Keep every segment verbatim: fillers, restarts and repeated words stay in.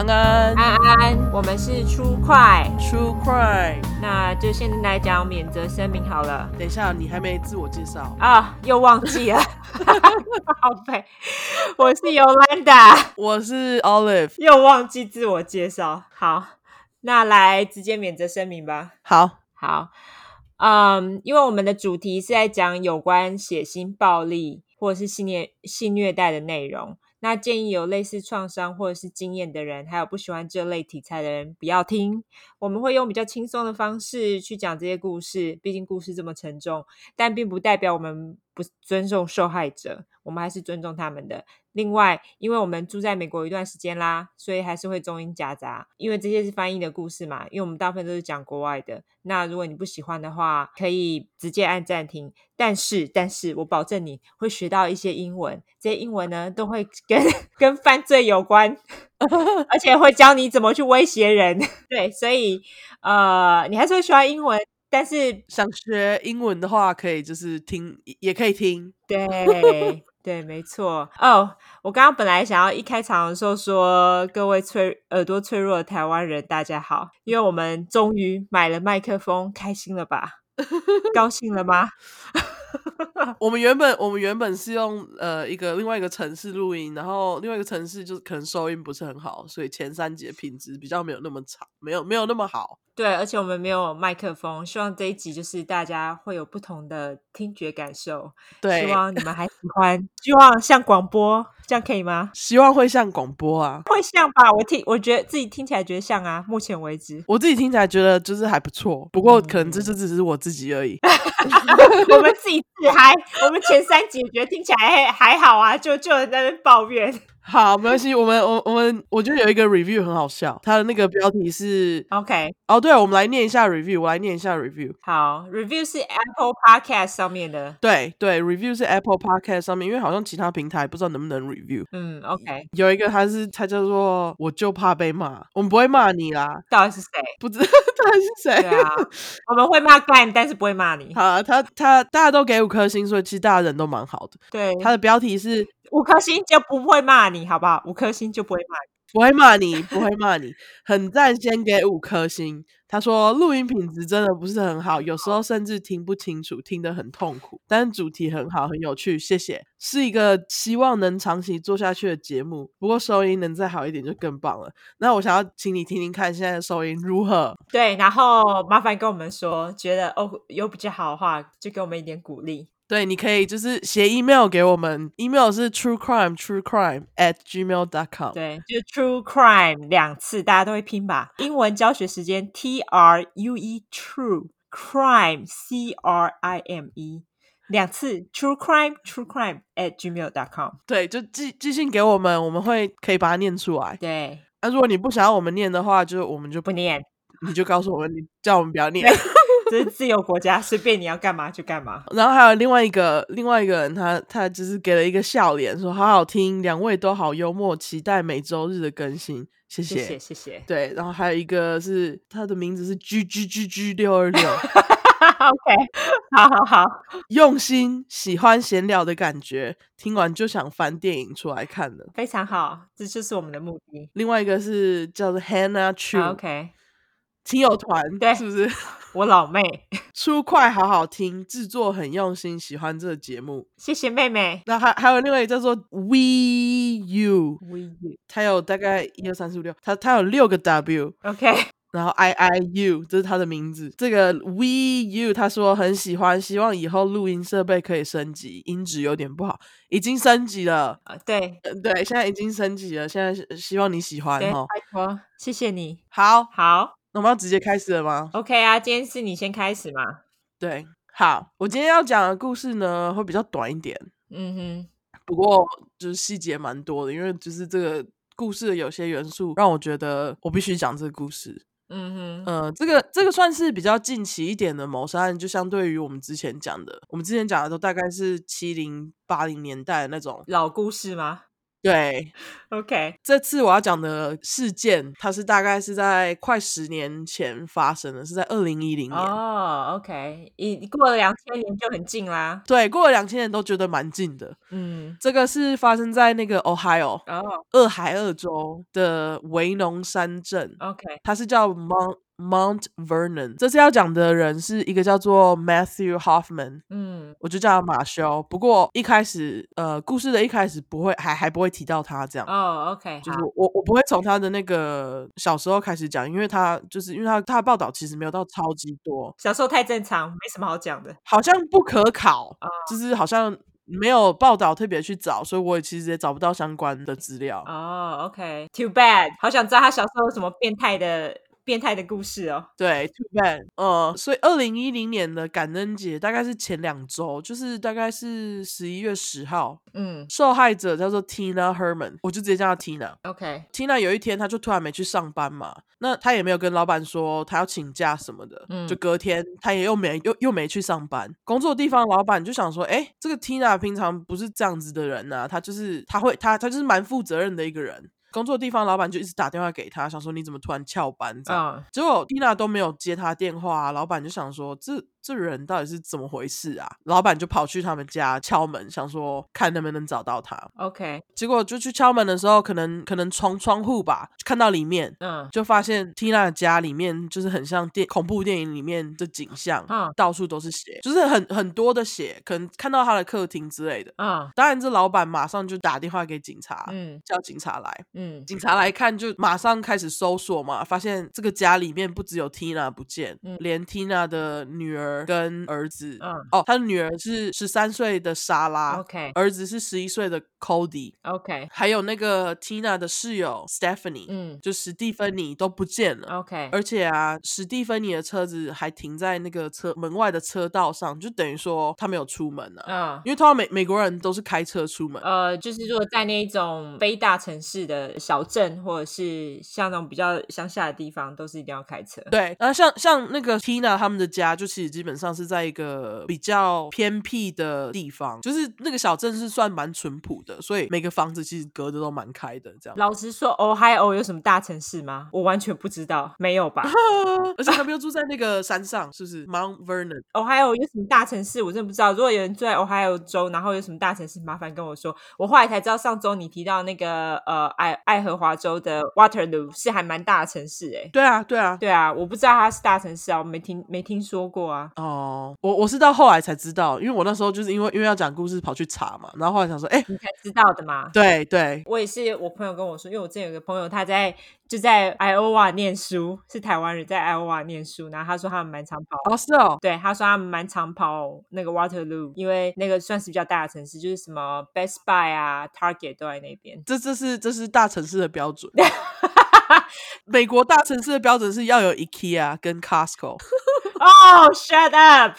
安安安安，我们是出快 True Crime。 那就先来讲免责声明好了。 等一下，你还没自我介绍啊，又忘记了，好废。我是 Yolanda， 我是 Olive， 又忘记自我介绍。好，那来直接免责声明吧。 好， 好，嗯，因为我们的主题是在讲有关血腥暴力或者是性虐性虐待的内容。那建议有类似创伤或者是经验的人，还有不喜欢这类题材的人不要听。我们会用比较轻松的方式去讲这些故事，毕竟故事这么沉重，但并不代表我们不尊重受害者，我们还是尊重他们的。另外，因为我们住在美国一段时间啦，所以还是会中英夹杂，因为这些是翻译的故事嘛，因为我们大部分都是讲国外的。那如果你不喜欢的话，可以直接按暂停。但是，但是我保证你会学到一些英文，这些英文呢都会跟跟犯罪有关，而且会教你怎么去威胁人。对，所以呃，你还是会学到英文。但是想学英文的话，可以就是听，也可以听。 对对，没错。哦，我刚刚本来想要一开场的时候说，各位脆耳朵脆弱的台湾人，大家好，因为我们终于买了麦克风，开心了吧？高兴了吗？ 我们原本我们原本是用呃一个另外一个城市录音，然后另外一个城市就是可能收音不是很好，所以前三集的品质比较没有那么长，没有没有那么好。 对，而且我们没有麦克风，希望这一集就是大家会有不同的听觉感受。 对， 希望你们还喜欢，希望像广播，这样可以吗？ 希望会像广播啊， 会像吧？我听，我觉得自己听起来觉得像啊，目前为止， 我自己听起来觉得就是还不错，不过可能这就只是我自己而已。 我们自己自嗨，我们前三集觉得听起来还还好啊，就就在那边抱怨。 好，没关系，我们我我们我觉得有一个 review 很好笑，它的那个标题是 OK， 哦，对，我们来念一下 review，我来念一下 review。 好 ，review 是 Apple Podcast 上面的， 对对 ，review 是 Apple Podcast 上面，因为好像其他平台不知道能不能 review。 嗯 ，OK， 有一个他是他叫做我就怕被骂，我们不会骂你啦， 到底是谁？ 不知道他是谁。 对啊，我们会骂干，但是不会骂你。 好啊，他他大家都给五颗星，所以其实大家人都蛮好的。 对， 他的标题是五颗星就不会骂你，好不好？五颗星就不会骂你。 不会骂你，不会骂你，很赞，先给五颗星。他说录音品质真的不是很好，有时候甚至听不清楚，听得很痛苦，但主题很好，很有趣，谢谢。是一个希望能长期做下去的节目，不过收音能再好一点就更棒了。那我想要请你听听看现在的收音如何。 对，然后麻烦跟我们说，觉得哦有比较好的话，就给我们一点鼓励。 对，你可以就是写 email 给我们 ，email 是 truecrime truecrime at gmail dot com。 对，就是 true crime 两次，大家都会拼吧？英文教学时间 T R U E true crime C R I M E 两次 true crime true crime at gmail dot com。 对，就寄寄信给我们，我们会可以把它念出来。 对， 那、啊、如果你不想要我们念的话，就我们就不念， 你就告诉我们，你叫我们不要念。 这是自由国家，随便你要干嘛就干嘛。 然后还有另外一个另外一个人，他他就是给了一个笑脸，说好好听，两位都好幽默，期待每周日的更新，谢谢谢谢谢谢。 对，然后还有一个是他的名字是 G G G G 六二六。 OK， 好好好， 用心喜欢闲聊的感觉，听完就想翻电影出来看了， 非常好，这就是我们的目的。 另外一个是叫做 Hannah Chu，、 啊、OK， 亲友团， 对， 是不是？ 我老妹， 出快好好听，制作很用心，喜欢这个节目， 谢谢妹妹。 那还还有另外一个叫做 We You， We You， 它有大概一二三四五六，它它有六个 W。 OK， 然后 I I U 这是他的名字。这个 We You 他说很喜欢，希望以后录音设备可以升级，音质有点不好，已经升级了。 呃、对、 呃、对，现在已经升级了，现在希望你喜欢齁。 拜托，谢谢你。 好， 好， 那我们要直接开始了吗 ？OK 啊，今天是你先开始嘛。 对，好，我今天要讲的故事呢会比较短一点， 嗯哼， 不过就是细节蛮多的，因为就是这个故事的有些元素让我觉得我必须讲这个故事。 嗯哼， 呃，这个这个算是比较近期一点的谋杀案，就相对于我们之前讲的，我们之前讲的都大概是七零八零年代的那种老故事吗？ 对 ，OK， 这次我要讲的事件，它是大概是在快十年前发生的，是在二零一零年。 哦，OK，一过了两千年就很近啦。 对，过了两千年都觉得蛮近的。 嗯， 这个是发生在那个 Ohio 哦俄亥俄州的维农山镇， ，OK， 它是叫 Mount Mount Vernon。这次要讲的人是一个叫做 Matthew Hoffman， 嗯， 我就叫他马修。不过一开始，呃，故事的一开始不会，还还不会提到他这样。 哦，OK， 就是好， 我我不会从他的那个小时候开始讲，因为他就是因为他他的报道其实没有到超级多， 小时候太正常，没什么好讲的。 好像不可考， 哦就是好像没有报道特别去找，所以我也其实也找不到相关的资料。 哦，OK，Too bad，好想知道他小时候有什么变态的变态的故事哦。 对 too bad。呃，所以二零一零年的感恩节大概是前两周，就是大概是十一月十号， 嗯受害者叫做 Tina Herman， 我就直接叫她 Tina。 ，OK， Tina 有一天她就突然没去上班嘛，那她也没有跟老板说她要请假什么的， 嗯就隔天她也又没又又没去上班。工作地方老板就想说，哎，这个 Tina 平常不是这样子的人啊，她就是她会她她就是蛮负责任的一个人。工作地方老板就一直打电话给他，想说你怎么突然翘班这样。 嗯结果 Tina 都没有接他电话啊，老板就想说这这人到底是怎么回事啊？老板就跑去他们家敲门，想说看能不能找到他。 ，OK， 结果就去敲门的时候，可能可能从窗户吧看到里面， 嗯就发现 Tina 的家里面就是很像电恐怖电影里面的景象， 嗯到处都是血，就是很很多的血，可能看到他的客厅之类的。 嗯当然，这老板马上就打电话给警察， 嗯叫警察来。 嗯警察来看，就马上开始搜索嘛，发现这个家里面不只有 Tina 不见， 嗯连 Tina 的女儿跟儿子， 嗯哦，他的女儿是十三岁的莎拉 OK 儿子是十一岁的 Cody， ，OK， 还有那个 Tina 的室友 Stephanie， 嗯就史蒂芬妮都不见了。 ，OK， 而且啊，史蒂芬妮的车子还停在那个车门外的车道上，就等于说他没有出门啊。 嗯。 因为通常美美国人都是开车出门， 呃，就是如果在那一种非大城市的小镇，或者是像那种比较乡下的地方，都是一定要开车。 对，然后像像那个 Tina 他们的家，就其实基本上是在一个比较偏僻的地方，就是那个小镇是算蛮淳朴的，所以每个房子其实隔的都蛮开的，这样。 老实说，Ohio 有什么大城市吗？我完全不知道，没有吧而且他们又住在那个山上，是不是 Mount Vernon？ ？Ohio 有什么大城市？我真的不知道。如果有人住在 Ohio 州，然后有什么大城市，麻烦跟我说。我后来才知道，上周你提到那个呃爱爱荷华州的 Waterloo 是还蛮大的城市诶、 对啊，对啊。 对啊，我不知道它是大城市啊，我没听没听说过啊。 哦，我我是到后来才知道，因为我那时候就是因为因为要讲故事跑去查嘛，然后后来想说，哎， 你才知道的嘛？ 对对， 我也是，我朋友跟我说，因为我之前有个朋友，他在就在 Iowa 念书，是台湾人，在 Iowa 念书，然后他说他们蛮常跑， 哦是哦， 对，他说他们蛮常跑那个 Waterloo，因为那个算是比较大的城市，就是什么 Best Buy 啊、Target 都在那边。 这这是这是大城市的标准。美国大城市的标准是要有 IKEA 跟 Costco。 哦、oh,，shut up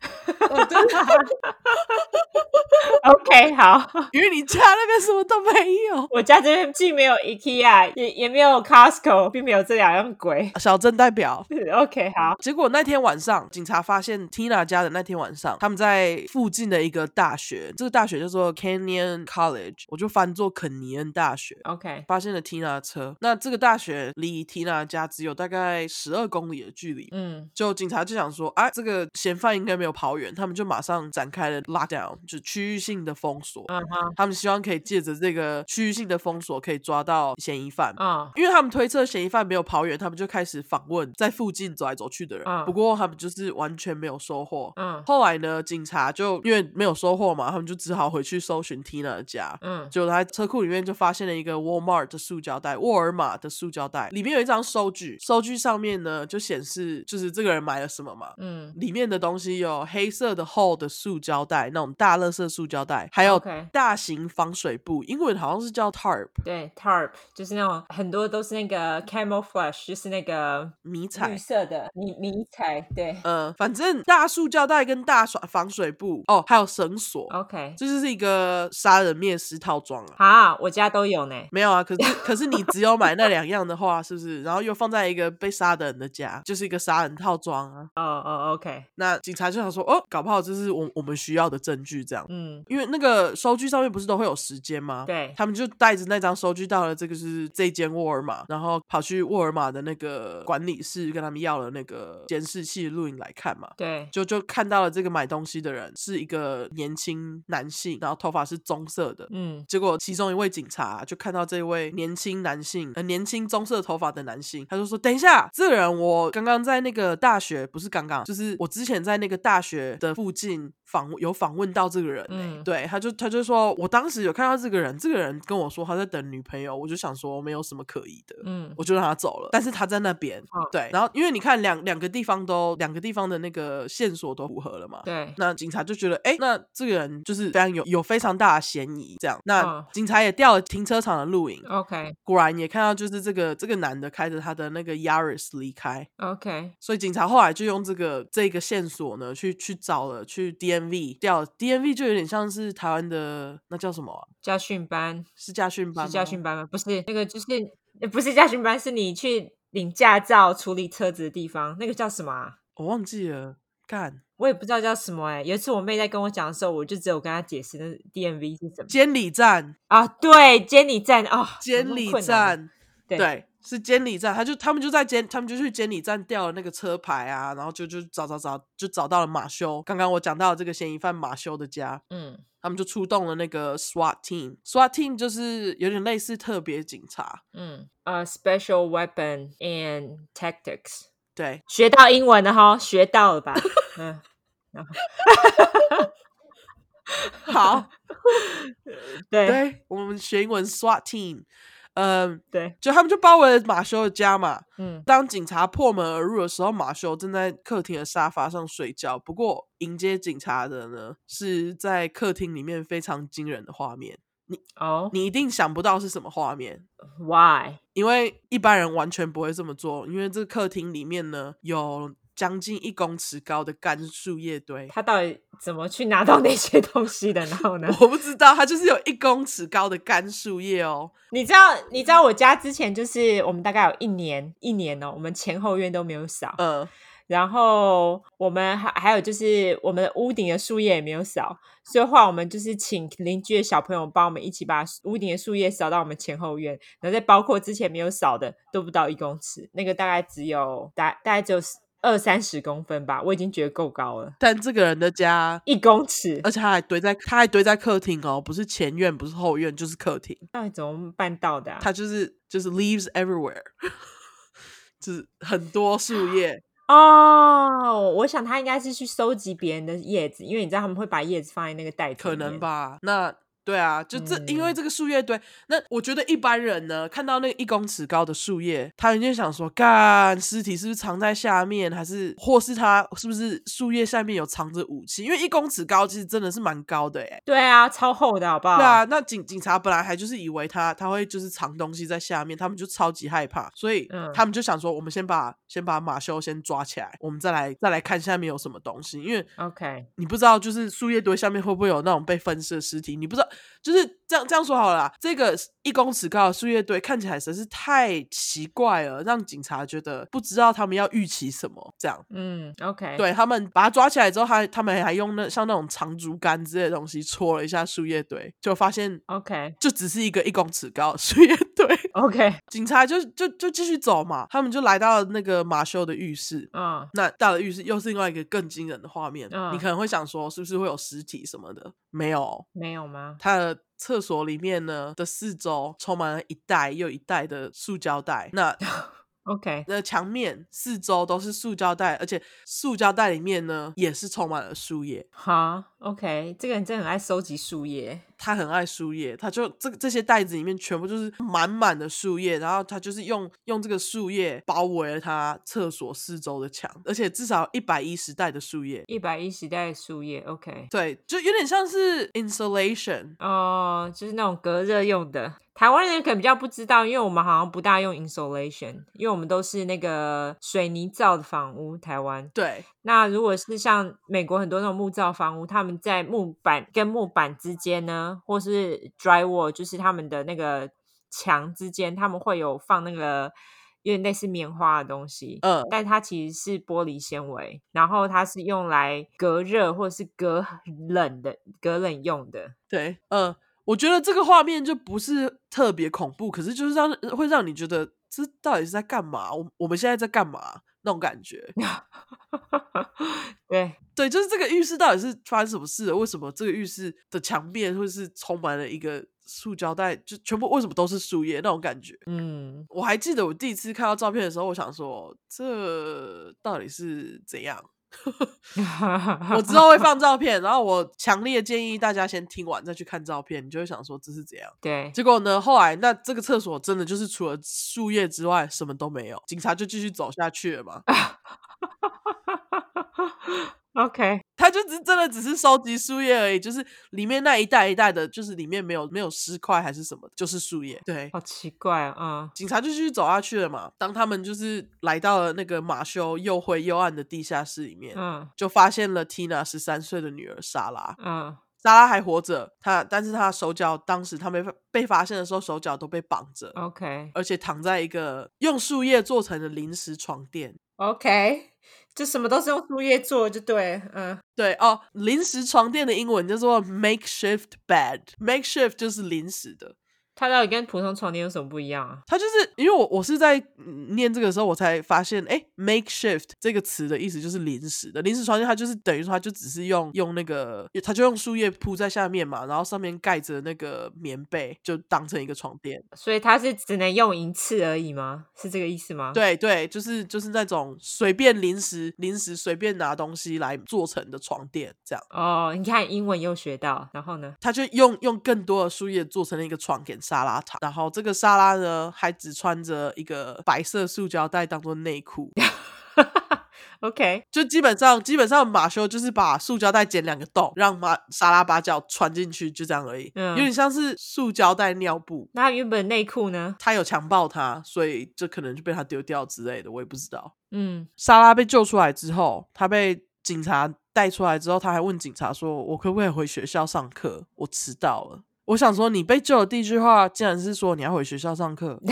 。OK， 好， 因为你家那边什么都没有。 我家这边既没有 IKEA，也也没有 Costco，并没有这两样鬼。 小镇代表。 OK， 好， 结果那天晚上，警察发现 Tina 家的那天晚上，他们在附近的一个大学，这个大学叫做 Canyon College， 我就翻作肯尼恩大学。 OK， 发现了 Tina 的车。那这个大学离 Tina 家只有大概十二公里的距离。 嗯就警察就想说，啊，这个嫌犯应该没有跑远，他们就马上展开了 lockdown， 就区域性的封锁。 嗯哼， 他们希望可以借着这个区域性的封锁，可以抓到嫌疑犯。 嗯因为他们推测嫌疑犯没有跑远，他们就开始访问在附近走来走去的人。 嗯不过他们就是完全没有收获。 嗯后来呢，警察就因为没有收获嘛，他们就只好回去搜寻 Tina 的家。 嗯结果他在车库里面就发现了一个 Walmart 的塑胶袋，沃尔玛的塑胶袋，里面有一张收据，收据上面呢就显示就是这个人买了什么嘛。 嗯里面的东西有黑色的厚的塑胶袋，那种大垃圾塑胶袋，还有 OK 大型防水布，英文好像是叫 tarp 对 tarp 就是那种很多都是那个 camouflage，就是那个绿迷彩。 色的迷迷彩，对呃，反正大塑胶袋跟大防水布哦，还有绳索， ，OK， 这就是一个杀人灭尸套装啊。 好，我家都有呢。 没有啊，可是可是你只有买那两样的话，是不是？然后又放在一个被杀的人的家，就是一个杀人套装啊。 哦哦，OK， 那警察就想说，哦，搞不好这是我我们需要的证据，这样。 嗯， 因为那个收据上面不是都会有时间吗？ 对， 他们就带着那张收据到了这个是这间沃尔玛，然后跑去沃尔玛的那个管理室跟他们要了那个监视器录影来看嘛。 对， 就就看到了这个买东西的人是一个年轻男性，然后头发是棕色的。 嗯， 结果其中一位警察就看到这位年轻男性，呃，年轻棕色头发的男性，他就说：“等一下，这个人我刚刚在那个大学，不是刚刚，就是我之前在那个大学的附近访有访问到这个人、欸。嗯，对，他就他就说，我当时有看到这个人，这个人跟我说他在等女朋友，我就想说没有什么可疑的，嗯，我就让他走了。但是他在那边，哦、对，然后因为你看两两个地方都两个地方的那个线索都符合了嘛， 对， 那警察就觉得，哎，那这个人就是非常有有非常大的嫌疑，这样，那警察也调了停车场的录影 ，OK， 果然也看到就是这个这个男的开着他的那个 Yaris 离开 ，OK， 所以警察后来就用这个这个线索呢，去去找了去 D M V 调 D M V 就有点像是台湾的那叫什么、啊、 驾训班， 是驾训班吗？ 是驾训班吗？不是，那个就是不是驾训班，是你去领驾照、处理车子的地方，那个叫什么啊？ 我忘记了，干。 我也不知道叫什么哎、欸。有一次我妹在跟我讲的时候，我就只有跟她解释那 D M V 是什么。 监理站啊，对，监理站啊， 监理站， 对。 对，是监理站，他就他们就在监，他们就去监理站调了那个车牌啊，然后就就找找找，就找到了马修。刚刚我讲到这个嫌疑犯马修的家，嗯，他们就出动了那个 SWAT team，SWAT team 就是有点类似特别警察， 嗯，呃、uh, ，Special Weapon and Tactics， 对， 学到英文了哈，学到了吧？嗯， 好， 对， 对，我们学英文 SWAT team。嗯， 对， 就他们就包围了马修的家嘛。嗯，当警察破门而入的时候，马修正在客厅的沙发上睡觉。不过迎接警察的呢，是在客厅里面非常惊人的画面。你哦， oh? 你一定想不到是什么画面 ？Why？ 因为一般人完全不会这么做。因为这客厅里面呢，有将近一公尺高的干树叶堆。 他到底怎么去拿到那些东西的？然后呢？ 我不知道，他就是有一公尺高的干树叶哦。 你知道，你知道我家之前就是我们大概有一年一年哦，我们前后院都没有扫。嗯。然后我们还还有就是我们的屋顶的树叶也没有扫，所以后来我们就是请邻居的小朋友帮我们一起把屋顶的树叶扫到我们前后院，然后再包括之前没有扫的都不到一公尺，那个大概只有大大概只有二三十公分吧，我已经觉得够高了。 但这个人的家一公尺， 而且他还堆在他还堆在客厅哦，不是前院，不是后院，就是客厅。 到底怎么办到的啊？ 他就是就是 leaves everywhere， 就是很多树叶。 哦，我想他应该是去收集别人的叶子，因为你知道他们会把叶子放在那个袋子里面。 可能吧，那对啊，就这、嗯、因为这个树叶堆，那我觉得一般人呢看到那个一公尺高的树叶，他就想说，干尸体是不是藏在下面，还是或是他是不是树叶下面有藏着武器？因为一公尺高其实真的是蛮高的耶。 对啊，超厚的好不好？ 对啊，那警警察本来还就是以为他他会就是藏东西在下面，他们就超级害怕，所以他们就想说，我们先把先把马修先抓起来，我们再来再来看下面有什么东西，因为 OK 你不知道就是树叶堆下面会不会有那种被分尸的尸体，你不知道。就是这样这样说好了啦，这个一公尺高的树叶堆看起来实在是太奇怪了，让警察觉得不知道他们要预期什么这样。 嗯 OK 对，他们把他抓起来之后，他他们还用那像那种长竹竿之类的东西戳了一下树叶堆，就发现 OK 就只是一个一公尺高的树叶堆。 OK 警察就就就继续走嘛，他们就来到了那个马修的浴室。嗯，那到了浴室又是另外一个更惊人的画面。嗯，你可能会想说是不是会有尸体什么的？没有， 没有吗？ 他的厕所里面呢的四周充满了一袋又一袋的塑胶袋。那 OK 那墙面四周都是塑胶袋，而且塑胶袋里面呢也是充满了树叶。 哈 OK 这个人真的很爱收集树叶， 他很爱树叶，他就这这些袋子里面全部就是满满的树叶，然后他就是用用这个树叶包围了他厕所四周的墙，而且至少一百一十袋的树叶， 一百一十袋的树叶 OK 对，就有点像是 insulation 哦，就是那种隔热用的。台湾人可能比较不知道，因为我们好像不大用 insulation， 因为我们都是那个水泥造的房屋。台湾对， 那如果是像美国很多那种木造房屋，他们在木板跟木板之间呢，或是 drywall， 就是他们的那个墙之间，他们会有放那个有点类似棉花的东西， 嗯， 但它其实是玻璃纤维，然后它是用来隔热或者是隔冷的隔冷用的。 对，嗯，我觉得这个画面就不是特别恐怖，可是就是让会让你觉得这到底是在干嘛？我我们现在在干嘛？那种感觉。 对对，就是这个浴室到底是发生什么事了？为什么这个浴室的墙面会是充满了一个塑胶袋，就全部为什么都是树叶那种感觉？ 嗯， 我还记得我第一次看到照片的时候，我想说这到底是怎样？我之后会放照片，然后我强烈建议大家先听完再去看照片，你就会想说这是怎样。 对， 结果呢，后来那这个厕所真的就是除了树叶之外什么都没有，警察就继续走下去了嘛。 OK， 他就只真的只是收集树叶而已，就是里面那一袋一袋的，就是里面没有没有尸块还是什么，就是树叶。对， 好奇怪啊，嗯， 警察就继续走下去了嘛。当他们就是来到了那个马修又灰又暗的地下室里面， 嗯就发现了 Tina 十三岁的女儿莎拉。 嗯莎拉还活着，她但是她的手脚当时她被被发现的时候手脚都被绑着， ，OK 而且躺在一个用树叶做成的临时床垫。 OK，就什么都是用树叶做就对了，嗯， 对哦，临时床垫的英文叫做 makeshift bed， makeshift 就是临时的。 它到底跟普通床垫有什么不一样啊？ 它就是因为我我是在、嗯、念这个时候我才发现，哎 makeshift 这个词的意思就是临时的，临时床垫它就是等于说它就只是用用那个，它就用树叶铺在下面嘛，然后上面盖着那个棉被，就当成一个床垫。 所以它是只能用一次而已吗？是这个意思吗？ 对对，就是就是那种随便临时临时随便拿东西来做成的床垫这样。 哦，你看英文又学到，然后呢？ 他就用用更多的树叶做成了一个床给莎拉躺，然后这个莎拉呢还只穿着一个白色塑胶袋当做内裤。 OK， 就基本上基本上马修就是把塑胶袋剪两个洞，让马莎拉把脚穿进去，就这样而已。 嗯有点像是塑胶袋尿布。 那原本内裤呢？ 他有强暴他，所以这可能就被他丢掉之类的，我也不知道。 嗯， 莎拉被救出来之后，他被警察带出来之后，他还问警察说，我可不可以回学校上课，我迟到了。我想说你被救的第一句话竟然是说你要回学校上课。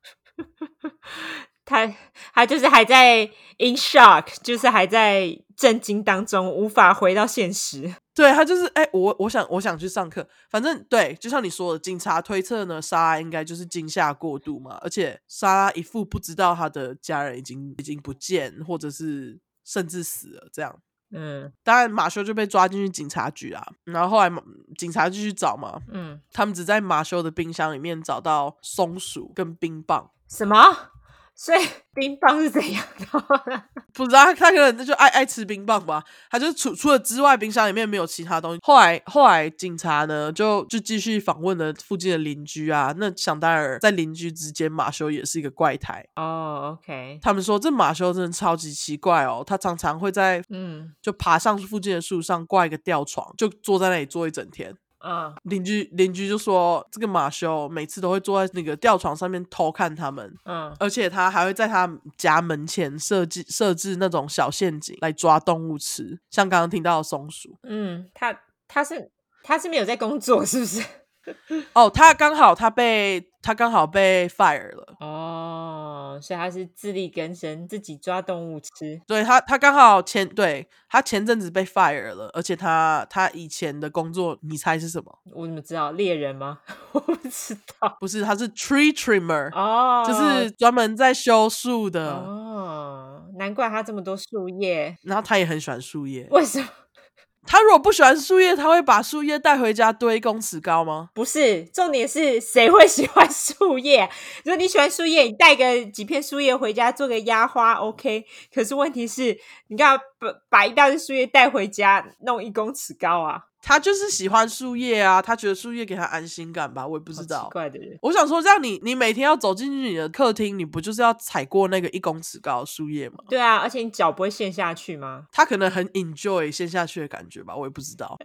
他他就是还在 in shock，就是还在震惊当中，无法回到现实。 对，他就是哎、欸，我我想我想去上课，反正对，就像你说的，警察推测呢，莎拉应该就是惊吓过度嘛，而且莎拉一副不知道她的家人已经已经不见，或者是甚至死了这样。 嗯当然马修就被抓进去警察局啊，然后后来警察继续找嘛， 嗯， 他们只在马修的冰箱里面找到松鼠跟冰棒。 什么？所以冰棒是怎样的？ 不知道，他可能就爱爱吃冰棒吧，他就除除了之外冰箱里面没有其他东西。后来后来警察呢就就继续访问了附近的邻居啊，那想当然在邻居之间马修也是一个怪胎。 哦、oh, OK， 他们说这马修真的超级奇怪哦，他常常会在嗯就爬上附近的树上挂一个吊床，就坐在那里坐一整天。 嗯邻居邻居就说这个马修每次都会坐在那个吊床上面偷看他们， 嗯， 而且他还会在他家门前设计设置那种小陷阱来抓动物吃，像刚刚听到的松鼠。 嗯，他他是他是没有在工作，是不是？ 哦，他刚好他被他刚好被 fire 了。 哦，所以他是自力更生，自己抓动物吃。 对，他他刚好前对他前阵子被 fire 了，而且他他以前的工作你猜是什么？ 我怎么知道？猎人吗？我不知道。 不是，他是 tree trimmer， 哦， 就是专门在修树的。 哦，难怪他这么多树叶。 然后他也很喜欢树叶。 为什么？ 他如果不喜欢树叶，他会把树叶带回家堆一公尺高吗？ 不是，重点是谁会喜欢树叶？如果你喜欢树叶，你带个几片树叶回家做个压花 OK， 可是问题是你干嘛把把一大堆树叶带回家弄一公尺高啊？ 他就是喜欢树叶啊，他觉得树叶给他安心感吧，我也不知道。 好奇怪的人。 我想说，这样你你每天要走进去你的客厅，你不就是要踩过那个一公尺高的树叶吗？ 对啊，而且你脚不会陷下去吗？ 他可能很 enjoy 陷下去的感觉吧，我也不知道。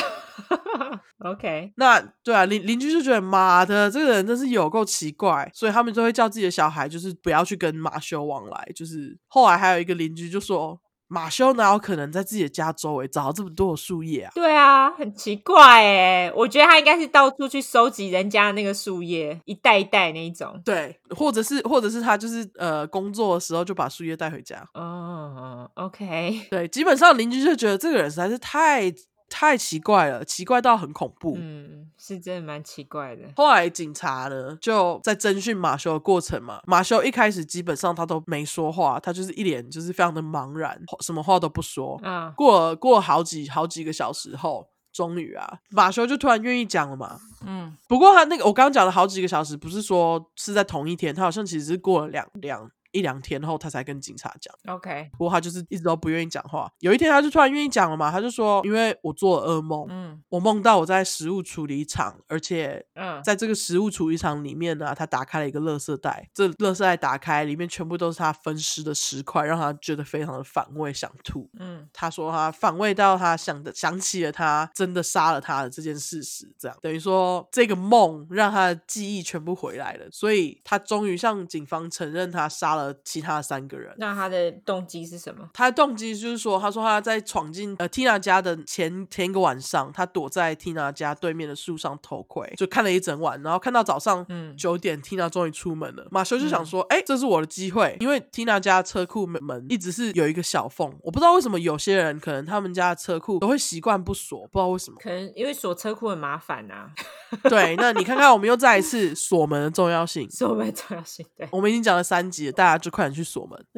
OK， 那对啊，邻邻居就觉得妈的，这个人真是有够奇怪，所以他们就会叫自己的小孩就是不要去跟马修往来。就是后来还有一个邻居就说， 马修哪有可能在自己的家周围找到这么多的树叶啊？ 对啊，很奇怪耶，我觉得他应该是到处去收集人家的那个树叶，一袋一袋那一种。 对，或者是或者是他就是呃工作的时候就把树叶带回家。 哦 OK 对，基本上邻居就觉得这个人实在是太太奇怪了，奇怪到很恐怖。 嗯，是真的蛮奇怪的。 后来警察呢就在侦讯马修的过程嘛，马修一开始基本上他都没说话，他就是一脸就是非常的茫然，什么话都不说。 啊， 过了过了好几好几个小时后，终于啊，马修就突然愿意讲了嘛。 嗯， 不过他那个我刚刚讲了好几个小时，不是说是在同一天，他好像其实是过了两两一两天后他才跟警察讲。 OK 不过他就是一直都不愿意讲话。有一天他就突然愿意讲了嘛，他就说因为我做了噩梦， 嗯我梦到我在食物处理厂，而且嗯在这个食物处理厂里面呢、啊，他打开了一个垃圾袋，这垃圾袋打开里面全部都是他分尸的尸块，让他觉得非常的反胃，想吐。 嗯他说他反胃到他想的想起了他真的杀了他的这件事实，这样等于说这个梦让他的记忆全部回来了，所以他终于向警方承认他杀了其他的三个人。 那他的动机是什么？ 他的动机就是说，他说他在闯进呃 Tina 家的前前一个晚上，他躲在 Tina 家对面的树上偷窥，就看了一整晚，然后看到早上九点、嗯、Tina 终于出门了。马修就想说，哎、嗯欸，这是我的机会，因为 Tina 家车库门一直是有一个小缝，我不知道为什么有些人可能他们家的车库都会习惯不锁，不知道为什么， 可能因为锁车库很麻烦啊。 对，那你看看我们又再一次锁门的重要性， 锁门的重要性，对， 我们已经讲了三集了，大家就快点去锁门。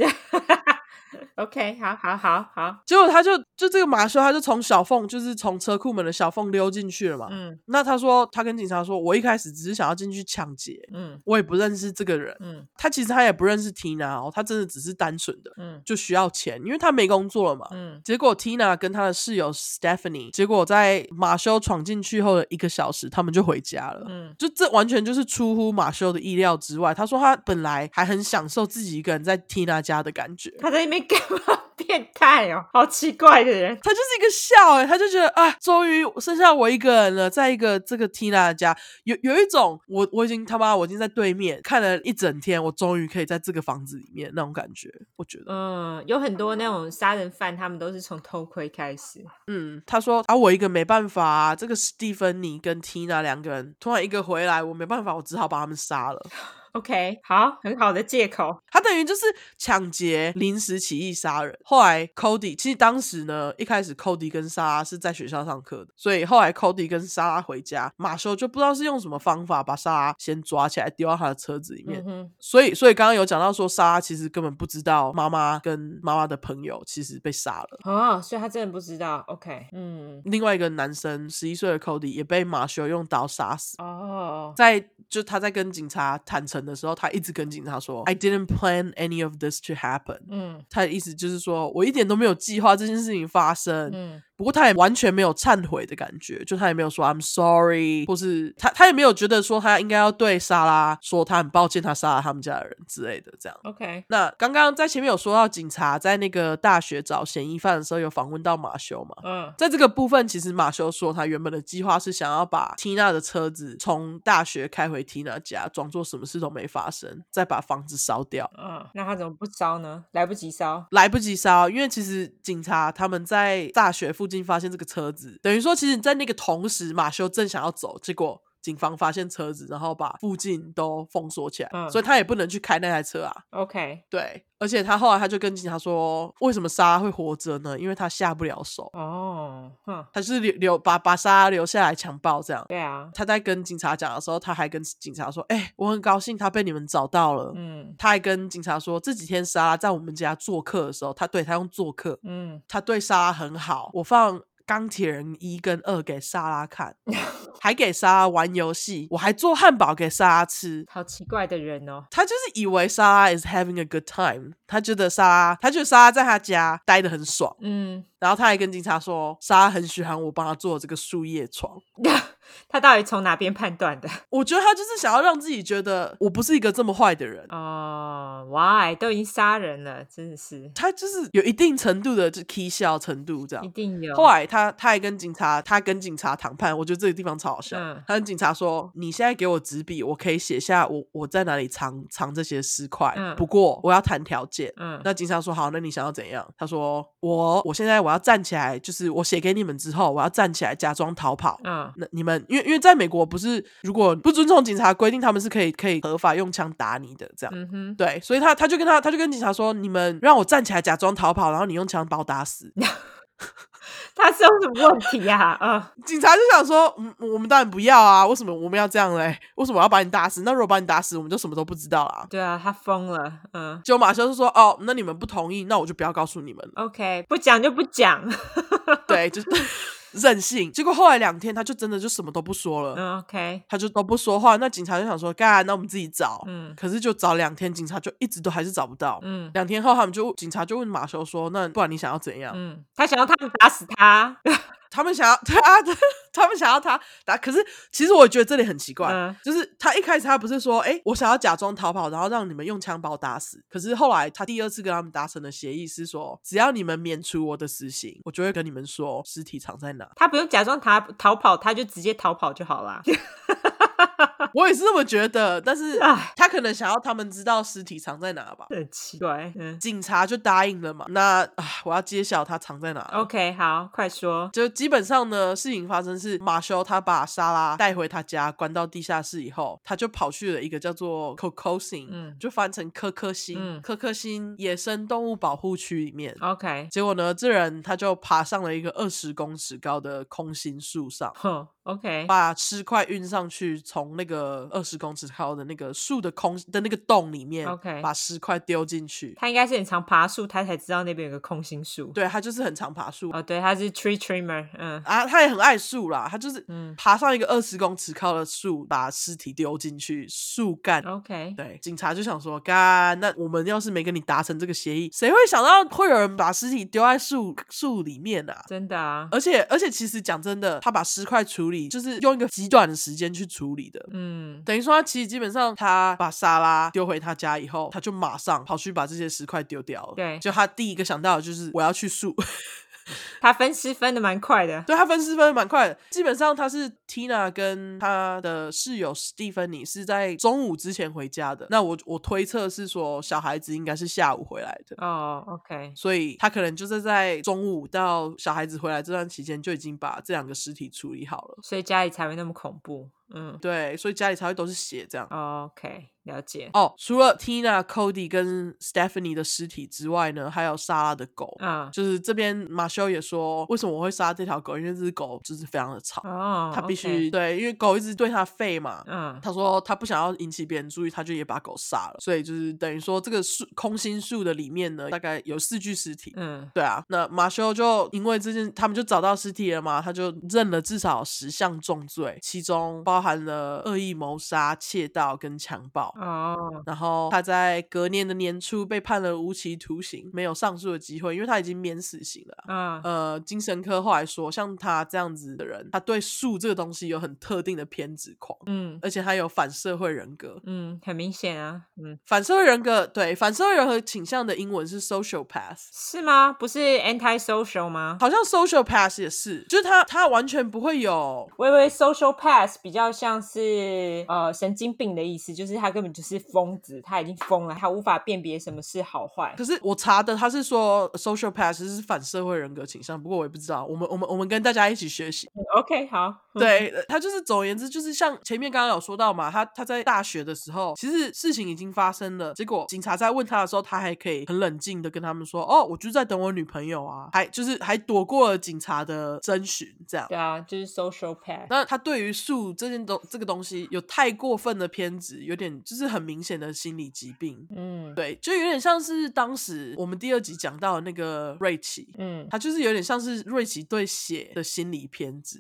OK 好好好好， 结果他就就这个马修他就从小缝，就是从车库门的小缝溜进去了嘛。嗯，那他说他跟警察说，我一开始只是想要进去抢劫，嗯，我也不认识这个人，嗯，他其实他也不认识 Tina 哦，他真的只是单纯的，嗯，就需要钱，因为他没工作了嘛。嗯，结果 Tina 跟他的室友 Stephanie， 结果在马修闯进去后的一个小时，他们就回家了。嗯，就这完全就是出乎马修的意料之外。他说他本来还很享受自己一个人在 Tina 家的感觉， 他在那边干嘛？变态哦，好奇怪的人。 他就是一个笑哎、欸，他就觉得啊，终于剩下我一个人了，在一个这个 Tina 的家，有有一种我我已经他妈我已经在对面看了一整天，我终于可以在这个房子里面那种感觉，我觉得嗯，有很多那种杀人犯，他们都是从偷窥开始。 嗯，他说啊，我一个没办法啊，这个史蒂芬妮跟 Tina 两个人突然一个回来，我没办法，我只好把他们杀了。 OK， 好，很好的借口。 他等于就是抢劫、临时起意杀人。后来 Cody 其实当时呢，一开始 Cody 跟莎拉是在学校上课的，所以后来 Cody 跟莎拉回家，马修就不知道是用什么方法把莎拉先抓起来丢到他的车子里面。嗯、所以所以刚刚有讲到说，莎拉其实根本不知道妈妈跟妈妈的朋友其实被杀了。 哦，所以他真的不知道。OK， 嗯， 另外一个男生十一岁的 Cody 也被马修用刀杀死。 哦， 在就他在跟警察坦诚的时候，他一直跟警察说 I didn't plan any of this to happen。 嗯，他的意思就是说我一点都没有计划这件事情发生。嗯，不过他也完全没有忏悔的感觉，就他也没有说 I'm sorry， 或是他他也没有觉得说他应该要对莎拉说他很抱歉他杀了他们家的人之类的这样。 OK， 那刚刚在前面有说到警察在那个大学找嫌疑犯的时候有访问到马修嘛。嗯，在这个部分其实马修说他原本的计划是想要把 Tina 的车子从大学开回 Tina 家，装作什么事都没发生，再把房子烧掉。 嗯，那他怎么不烧呢？来不及烧， 来不及烧，因为其实警察他们在大学附近发现这个车子，等于说其实在那个同时马修正想要走，结果警方发现车子，然后把附近都封锁起来。嗯，所以他也不能去开那台车啊。 OK， 对，而且他后来他就跟警察说为什么莎拉会活着呢？因为他下不了手。哦，哼，他就是留留把把莎拉留下来强暴这样。 对啊， 他在跟警察讲的时候，他还跟警察说哎、欸，我很高兴他被你们找到了。嗯，他还跟警察说这几天莎拉在我们家做客的时候，他对他用做客，嗯，他对莎拉很好，我放钢铁人一跟二给莎拉看还给莎拉玩游戏，我还做汉堡给莎拉吃。 好奇怪的人哦， 他就是以为莎拉 is having a good time， 他觉得莎拉他觉得莎拉在他家待得很爽。嗯，然后他还跟警察说莎拉很喜欢我帮他做这个树叶床他到底从哪边判断的？ 我觉得他就是想要让自己觉得我不是一个这么坏的人。 哦、oh, why 都已经杀人了，真的是他就是有一定程度的就 k 笑程度这样， 一定有。 后来他他还跟警察他跟警察谈判，我觉得这个地方超好笑。 嗯， 他跟警察说：“你现在给我纸笔，我可以写下我我在哪里藏藏这些尸块， 嗯不过我要谈条件。” 嗯， 那警察说：“好，那你想要怎样？”他说：“我我现在我要站起来，就是我写给你们之后，我要站起来假装逃跑。 嗯， 那你们因为因为在美国不是如果不遵从警察规定，他们是可以可以合法用枪打你的这样。 嗯哼， 对，所以他他就跟他他就跟警察说：你们让我站起来假装逃跑，然后你用枪把我打死。” 他是有什么问题啊？嗯， 警察就想说：“嗯，我们当然不要啊，为什么我们要这样嘞？为什么我要把你打死？那如果把你打死，我们就什么都不知道啦。” 对啊，他疯了。嗯， 结果马修就说：“哦，那你们不同意，那我就不要告诉你们了。” OK， 不讲就不讲。 对，就是任性。结果后来两天，他就真的就什么都不说了。 嗯 OK， 他就都不说话。那警察就想说：“干，那我们自己找。” 嗯， 可是就找两天，警察就一直都还是找不到。 嗯， 两天后，他们就警察就问马修说：“那不然你想要怎样？” 嗯，他想要他们打死他。 他们想要对啊，对，他们想要他打。可是其实我觉得这里很奇怪， 嗯就是他一开始他不是说，哎，我想要假装逃跑，然后让你们用枪把我打死。可是后来他第二次跟他们达成的协议是说，只要你们免除我的死刑，我就会跟你们说尸体藏在哪。 他不用假装逃逃跑，他就直接逃跑就好啦。 我也是这么觉得，但是唉他可能想要他们知道尸体藏在哪吧。 很奇怪。嗯警察就答应了嘛。那啊，我要揭晓他藏在哪了。 ，OK， 好，快说。 就基本上呢，事情发生是马修他把莎拉带回他家，关到地下室以后，他就跑去了一个叫做 Cocosin， 嗯就翻成科科星， 嗯科科星野生动物保护区里面。 OK， 结果呢，这人他就爬上了一个二十公尺高的空心树上， 哼 OK， 把尸块运上去，从那个二十公尺高的那个树的空的那个洞里面 OK 把尸块丢进去。 他应该是很常爬树，他才知道那边有个空心树。 对，他就是很常爬树。 哦，对，他是 tree trimmer。嗯啊，他也很爱树啦，他就是嗯爬上一个二十公尺高的树，把尸体丢进去树干。 ，OK， 对，警察就想说，干，那我们要是没跟你达成这个协议，谁会想到会有人把尸体丢在树树里面啊？ 真的啊。 而且而且，其实讲真的，他把尸块处理，就是用一个极短的时间去处理的。 嗯等于说，他其实基本上，他把莎拉丢回他家以后，他就马上跑去把这些尸块丢掉了。 对就他第一个想到的就是我要去树。 他分尸分的蛮快的。 对，他分尸分得蛮快的，基本上他是 Tina 跟他的室友史蒂芬妮是在中午之前回家的。那我我推测是说，小孩子应该是下午回来的。 哦 OK， 所以他可能就是在中午到小孩子回来这段期间就已经把这两个尸体处理好了。 所以家里才会那么恐怖。嗯对，所以家里才会都是血这样。 哦，OK，了解。 哦，除了 Tina、Cody 跟 Stephanie 的尸体之外呢，还有莎拉的狗。 嗯就是这边马修也说，为什么我会杀这条狗？因为这只狗就是非常的吵， 哦， 他必须 OK 对，因为狗一直对他吠嘛。 嗯他说他不想要引起别人注意，他就也把狗杀了。所以就是等于说，这个树空心树的里面呢，大概有四具尸体。 嗯对啊，那马修就因为这件，他们就找到尸体了嘛，他就认了至少十项重罪，其中包含了恶意谋杀、窃盗跟强暴。 哦然后他在隔年的年初被判了无期徒刑，没有上诉的机会，因为他已经免死刑了。 嗯呃，精神科后来说，像他这样子的人，他对树这个东西有很特定的偏执狂， 嗯而且他有反社会人格。 嗯，很明显啊。嗯， 反社会人格，对，反社会人格倾向的英文是 sociopath。 是吗？不是 anti-social 吗？ 好像 sociopath 也是，就是他他完全不会有。 我以为 social path 比较像是呃神经病的意思，就是他根本就是疯子，他已经疯了，他无法辨别什么是好坏。 可是我查的他是说 sociopath 是反社会人格倾向，不过我也不知道，我们我们我们跟大家一起学习。 OK， 好。 对，呃他就是总而言之，就是像前面刚刚有说到嘛，他他在大学的时候，其实事情已经发生了，结果警察在问他的时候，他还可以很冷静的跟他们说，哦，我就在等我女朋友啊，还就是还躲过了警察的侦询，这样。 对啊，就是 social path。 那他对于树这件东这个东西有太过分的偏执，有点就是很明显的心理疾病。 嗯对，就有点像是当时我们第二集讲到的那个瑞奇， 嗯他就是有点像是瑞奇对血的心理偏执。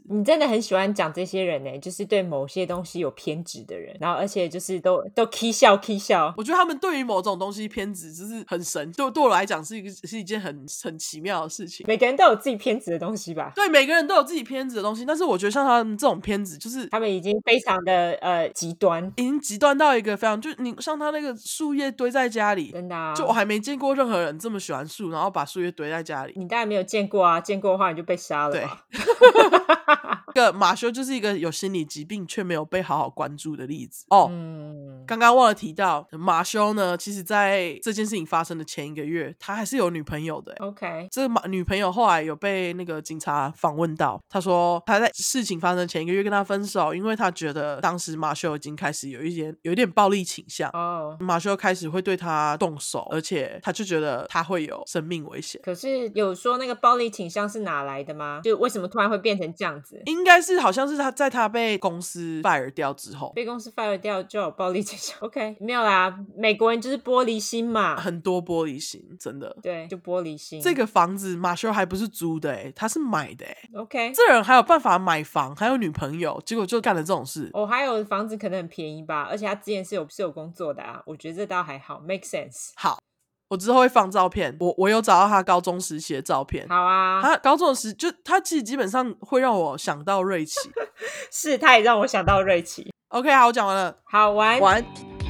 你真的很喜欢讲这些人呢、就是对某些东西有偏执的人，然后而且就是都都 k 笑 k 笑。 我觉得他们对于某种东西偏执就是很神，对对我来讲是一个是一件很很奇妙的事情。 每个人都有自己偏执的东西吧？ 对，每个人都有自己偏执的东西，但是我觉得像他们这种偏执，就是他们已经非常的呃极端， 已经极端到一个非常，就你像他那个树叶堆在家里， 真的啊！ 就我还没见过任何人这么喜欢树，然后把树叶堆在家里。 你当然没有见过啊，见过的话你就被杀了吧？ 这个马修就是一个有心理疾病却没有被好好关注的例子哦。 嗯， 刚刚忘了提到，马修呢，其实在这件事情发生的前一个月，他还是有女朋友的。 OK， 这个马女朋友后来有被那个警察访问到，他说他在事情发生前一个月跟他分手，因为他觉得当时马修已经开始有一点有一点暴力倾向。 哦、 马修开始会对他动手，而且他就觉得他会有生命危险。 可是有说那个暴力倾向是哪来的吗？就为什么突然会变成这样子？ 应该是好像是他在他被公司 fire 掉之后， 被公司 fire 掉就有暴力倾向。OK， 没有啦，美国人就是玻璃心嘛， 很多玻璃心，真的。 对，就玻璃心。 这个房子马修还不是租的欸，他是买的欸。 OK， 这人还有办法买房，还有女朋友，结果就干了这种事。 哦，还有房子可能很便宜吧，而且他之前是有是有工作的啊，我觉得这倒还好 ，make sense。 好，我之后会放照片，我我有找到他高中时期的照片。 好啊， 他高中时就他其实基本上会让我想到瑞奇。 是，他也让我想到瑞奇。 OK， 好，我讲完了。 好玩完。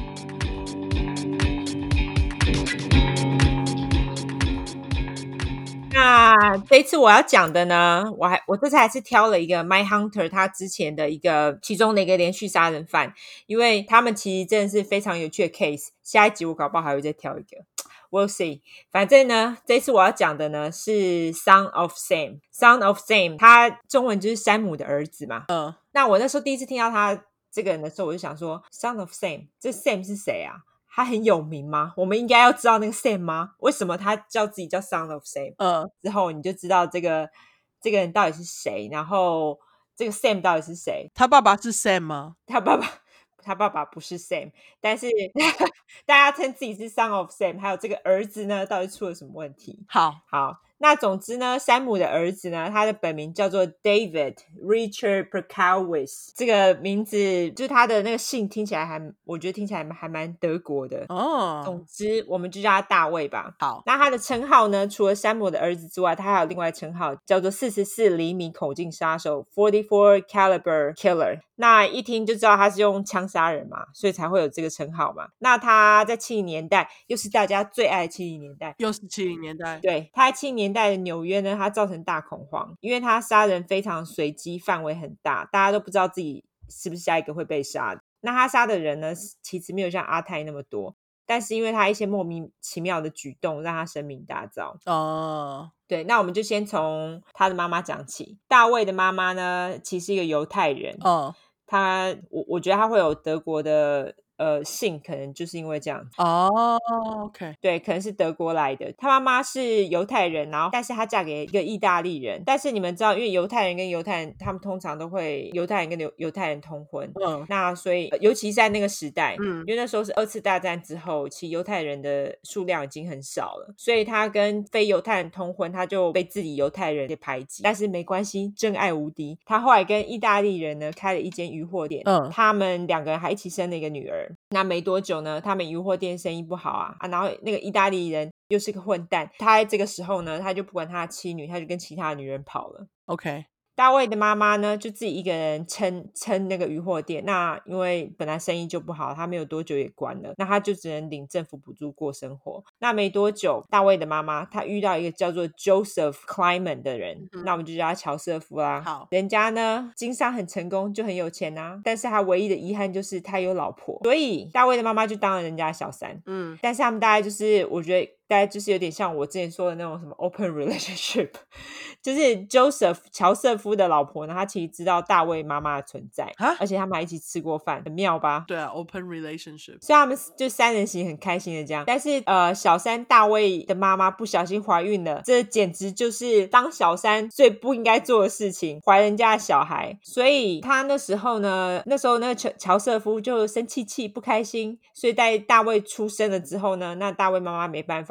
那这一次我要讲的呢，我还我这次还是挑了一个 My Hunter 他之前的一个其中的一个连续杀人犯，因为他们其实真的是非常有趣的 case。下一集我搞不好还会再挑一个。We'll see。反正呢，这次我要讲的呢是 Son of Sam。Son of Sam， 他中文就是山姆的儿子嘛。 嗯， 那我那时候第一次听到他这个人的时候，我就想说 Son of Sam， 这 Sam 是谁啊？他很有名吗？我们应该要知道那个 Sam 吗？为什么他叫自己叫 Son of Sam？ 嗯， 之后你就知道这个这个人到底是谁，然后这个 Sam 到底是谁？ 他爸爸是 Sam 吗？ 他爸爸。他爸爸不是 Sam， 但是大家称自己是 Son of Sam， 还有这个儿子呢，到底出了什么问题？ 好， 好，那总之呢，山姆的儿子呢，他的本名叫做 David Richard Perkowitz， 这个名字就是他的那个姓听起来还，我觉得听起来还蛮德国的哦。 总之，我们就叫他大卫吧。 好， 那他的称号呢，除了山姆的儿子之外，他还有另外称号叫做四十四厘米口径杀手 forty-four caliber killer。那一听就知道他是用枪杀人嘛，所以才会有这个称号嘛。那他在七零年代，又是大家最爱的七零年代， 又是七零年代。 对，他在七零年代的纽约呢，他造成大恐慌，因为他杀人非常随机，范围很大，大家都不知道自己是不是下一个会被杀的。那他杀的人呢，其实没有像阿泰那么多，但是因为他一些莫名其妙的举动，让他声名大噪。 哦， 对，那我们就先从他的妈妈讲起。大卫的妈妈呢，其实是一个犹太人。 哦， 他我我觉得他会有德国的呃姓，可能就是因为这样。 哦 OK， 对，可能是德国来的。他妈妈是犹太人，然后但是她嫁给一个意大利人。但是你们知道，因为犹太人跟犹太人，他们通常都会犹太人跟犹犹太人通婚。 嗯， 那所以尤其是在那个时代， 嗯， 因为那时候是二次大战之后，其实犹太人的数量已经很少了，所以他跟非犹太人通婚，他就被自己犹太人给排挤。但是没关系，真爱无敌。他后来跟意大利人呢开了一间渔货店， 嗯， 他们两个人还一起生了一个女儿。那没多久呢，他们渔货店生意不好啊，啊然后那个意大利人又是个混蛋，他在这个时候呢，他就不管他的妻女，他就跟其他的女人跑了。 OK， 大卫的妈妈呢，就自己一个人撑撑那个渔货店。那因为本来生意就不好，他没有多久也关了，那他就只能领政府补助过生活。那没多久，大卫的妈妈她遇到一个叫做 Joseph Kleiman 的人，嗯、那我们就叫他乔瑟夫啦。 好， 人家呢经商很成功，就很有钱啊，但是他唯一的遗憾就是他有老婆，所以大卫的妈妈就当了人家的小三。 嗯， 但是他们大概就是我觉得大概就是有点像我之前说的那种什么 open relationship， 就是 Joseph 乔瑟夫的老婆呢，她其实知道大卫妈妈的存在，而且他们还一起吃过饭，很妙吧？ 对啊 open relationship， 所以他们就三人行很开心的这样。但是呃，小三大卫的妈妈不小心怀孕了，这简直就是当小三最不应该做的事情，怀人家的小孩。所以他那时候呢，那时候那个乔乔瑟夫就生气气不开心，所以在大卫出生了之后呢，那大卫妈妈没办法，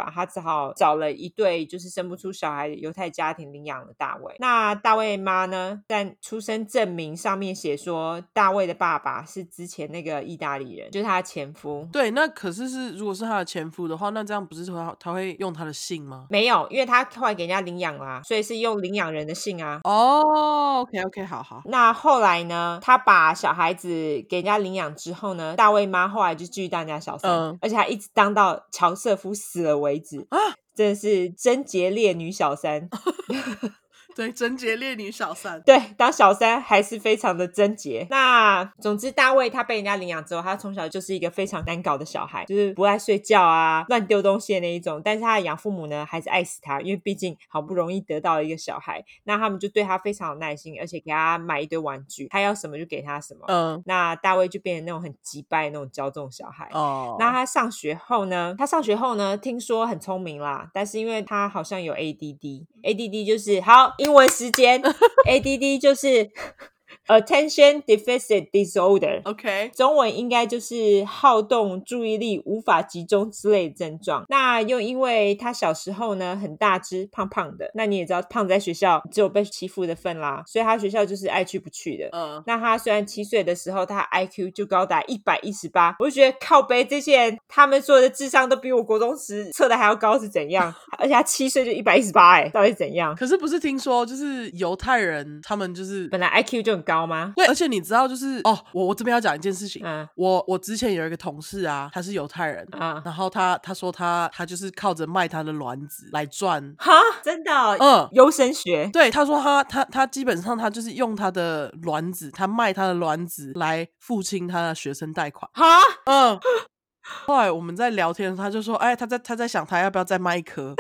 法，他只好找了一对就是生不出小孩的犹太家庭领养了大卫。那大卫妈呢，在出生证明上面写说大卫的爸爸是之前那个意大利人，就是他的前夫。 对，那可是是如果是他的前夫的话，那这样不是他他会用他的姓吗？ 没有，因为他后来给人家领养啦、啊，所以是用领养人的姓啊。 哦 ，OK OK， 好好。 那后来呢，他把小孩子给人家领养之后呢，大卫妈后来就继续当人家小三、嗯、而且还一直当到乔瑟夫死了为止啊，真的是贞洁烈女小三。 对，贞洁烈女小三， 对，当小三还是非常的贞洁。那总之大卫他被人家领养之后，他从小就是一个非常难搞的小孩，就是不爱睡觉啊，乱丢东西的那一种。但是他的养父母呢还是爱死他，因为毕竟好不容易得到了一个小孩，那他们就对他非常有耐心，而且给他买一堆玩具，他要什么就给他什么。嗯，那大卫就变成那种很急掰那种骄纵小孩。哦，那他上学后呢他上学后呢听说很聪明啦，但是因为他好像有 A D D A D D 就是好英文时间A D D 就是Attention Deficit Disorder， OK， 中文应该就是好动注意力无法集中之类的症状。那又因为他小时候呢很大只胖胖的，那你也知道胖子在学校只有被欺负的份啦，所以他学校就是爱去不去的。嗯，那他虽然七岁的时候他 I Q 就高达一百一十八，我就觉得靠北这些人他们所有的智商都比我国中时测的还要高是怎样？而且他七岁就一百一十八，哎，到底怎样？ 可是不是听说就是犹太人他们就是本来 I Q 就很高吗？ 对，而且你知道就是哦，我我这边要讲一件事情，嗯，我我之前有一个同事啊，他是犹太人，嗯，然后他他说他他就是靠着卖他的卵子来赚， 哈，真的、哦， 嗯， 优生学， 对，他说他他他基本上他就是用他的卵子，他卖他的卵子来付清他的学生贷款， 哈， 嗯，后来我们在聊天，他就说，哎，他在他在想他要不要再卖一颗。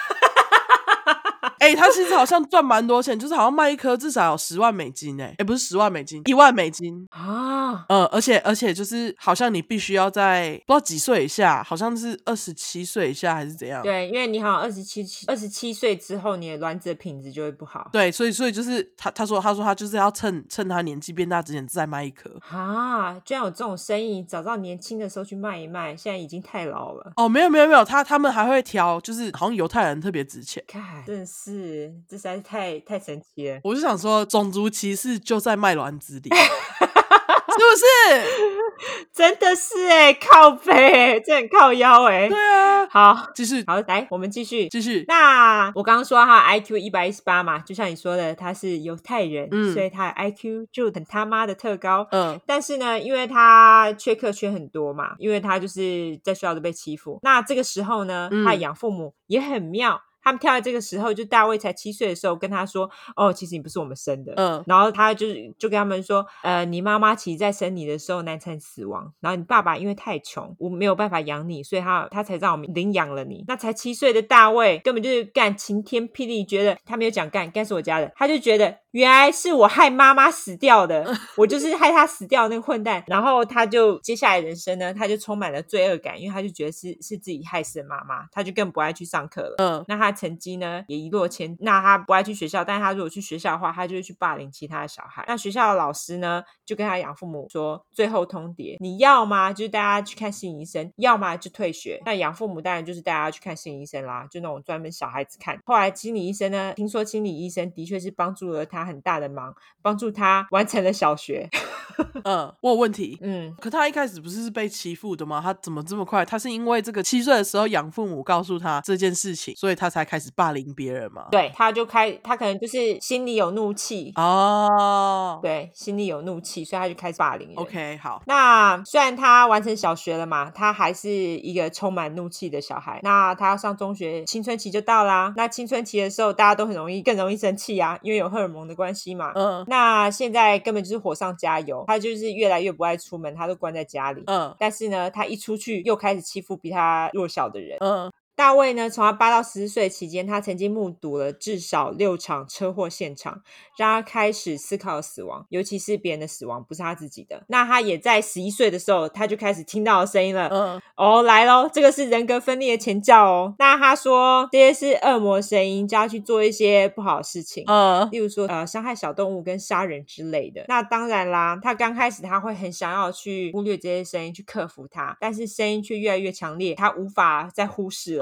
哎、欸，他其实好像赚蛮多钱，就是好像卖一颗至少有十万美金哎、欸，哎、欸，不是十万美金，一万美金啊，嗯，而且而且就是好像你必须要在不知道几岁以下，好像是二十七岁以下还是怎样？ 对，因为你好像二十七二十七岁之后，你的卵子的品质就会不好。 对，所以所以就是他他说他说他就是要趁趁他年纪变大之前再卖一颗啊，居然有这种生意，早知道年轻的时候去卖一卖，现在已经太老了。 哦，没有没有没有，他他们还会挑，就是好像犹太人特别值钱， 看真的是。是，这实在是太太神奇了。 我就想说，种族歧视就在卖卵子里，是不是？ 真的是哎、欸，靠北，这很靠腰哎、欸。 对啊， 好， 继续， 好，来，我们继续， 继续。 那我刚刚说他 I Q 一百一十八嘛，就像你说的，他是犹太人，嗯、所以他的 I Q 就很他妈的特高。嗯，但是呢，因为他缺课缺很多嘛，因为他就是在学校都被欺负。那这个时候呢，嗯、他的养父母也很妙。他们跳在这个时候，就大卫才七岁的时候跟他说，哦，其实你不是我们生的。嗯，然后他就就跟他们说，呃，你妈妈其实在生你的时候难产死亡，然后你爸爸因为太穷，我没有办法养你，所以他他才让我们领养了你。那才七岁的大卫根本就是干晴天霹雳，觉得他没有讲干，干是我家的，他就觉得原来是我害妈妈死掉的，我就是害他死掉的那个混蛋。然后他就接下来人生呢，他就充满了罪恶感，因为他就觉得是是自己害死了妈妈，他就更不爱去上课了。嗯，那他成绩呢也一落千，那他不爱去学校，但是他如果去学校的话，他就会去霸凌其他的小孩。那学校的老师呢就跟他养父母说，最后通牒，你要吗就是带他去看心理医生，要么就退学。那养父母当然就是带他去看心理医生啦，就那种专门小孩子看。后来心理医生呢，听说心理医生的确是帮助了他很大的忙，帮助他完成了小学。 嗯，我有问题。嗯，可他一开始不是被欺负的吗？他怎么这么快？他是因为这个七岁的时候养父母告诉他这件事情，所以他才开始霸凌别人吗？ 对，他就开，他可能就是心里有怒气哦， 对，心里有怒气，所以他就开始霸凌人。 OK， 好。 那虽然他完成小学了嘛，他还是一个充满怒气的小孩。那他要上中学，青春期就到啦。那青春期的时候，大家都很容易更容易生气啊，因为有荷尔蒙的关系嘛。嗯。那现在根本就是火上加油，他就是越来越不爱出门，他都关在家里。嗯。但是呢，他一出去又开始欺负比他弱小的人。嗯。大卫呢，从他八到十四岁期间，他曾经目睹了至少六场车祸现场，让他开始思考死亡，尤其是别人的死亡，不是他自己的。那他也在十一岁的时候，他就开始听到声音了。嗯，哦，来咯，这个是人格分裂的前兆哦。那他说这些是恶魔声音，叫他去做一些不好的事情，嗯，例如说呃伤害小动物跟杀人之类的。那当然啦，他刚开始他会很想要去忽略这些声音，去克服它，但是声音却越来越强烈，他无法再忽视了。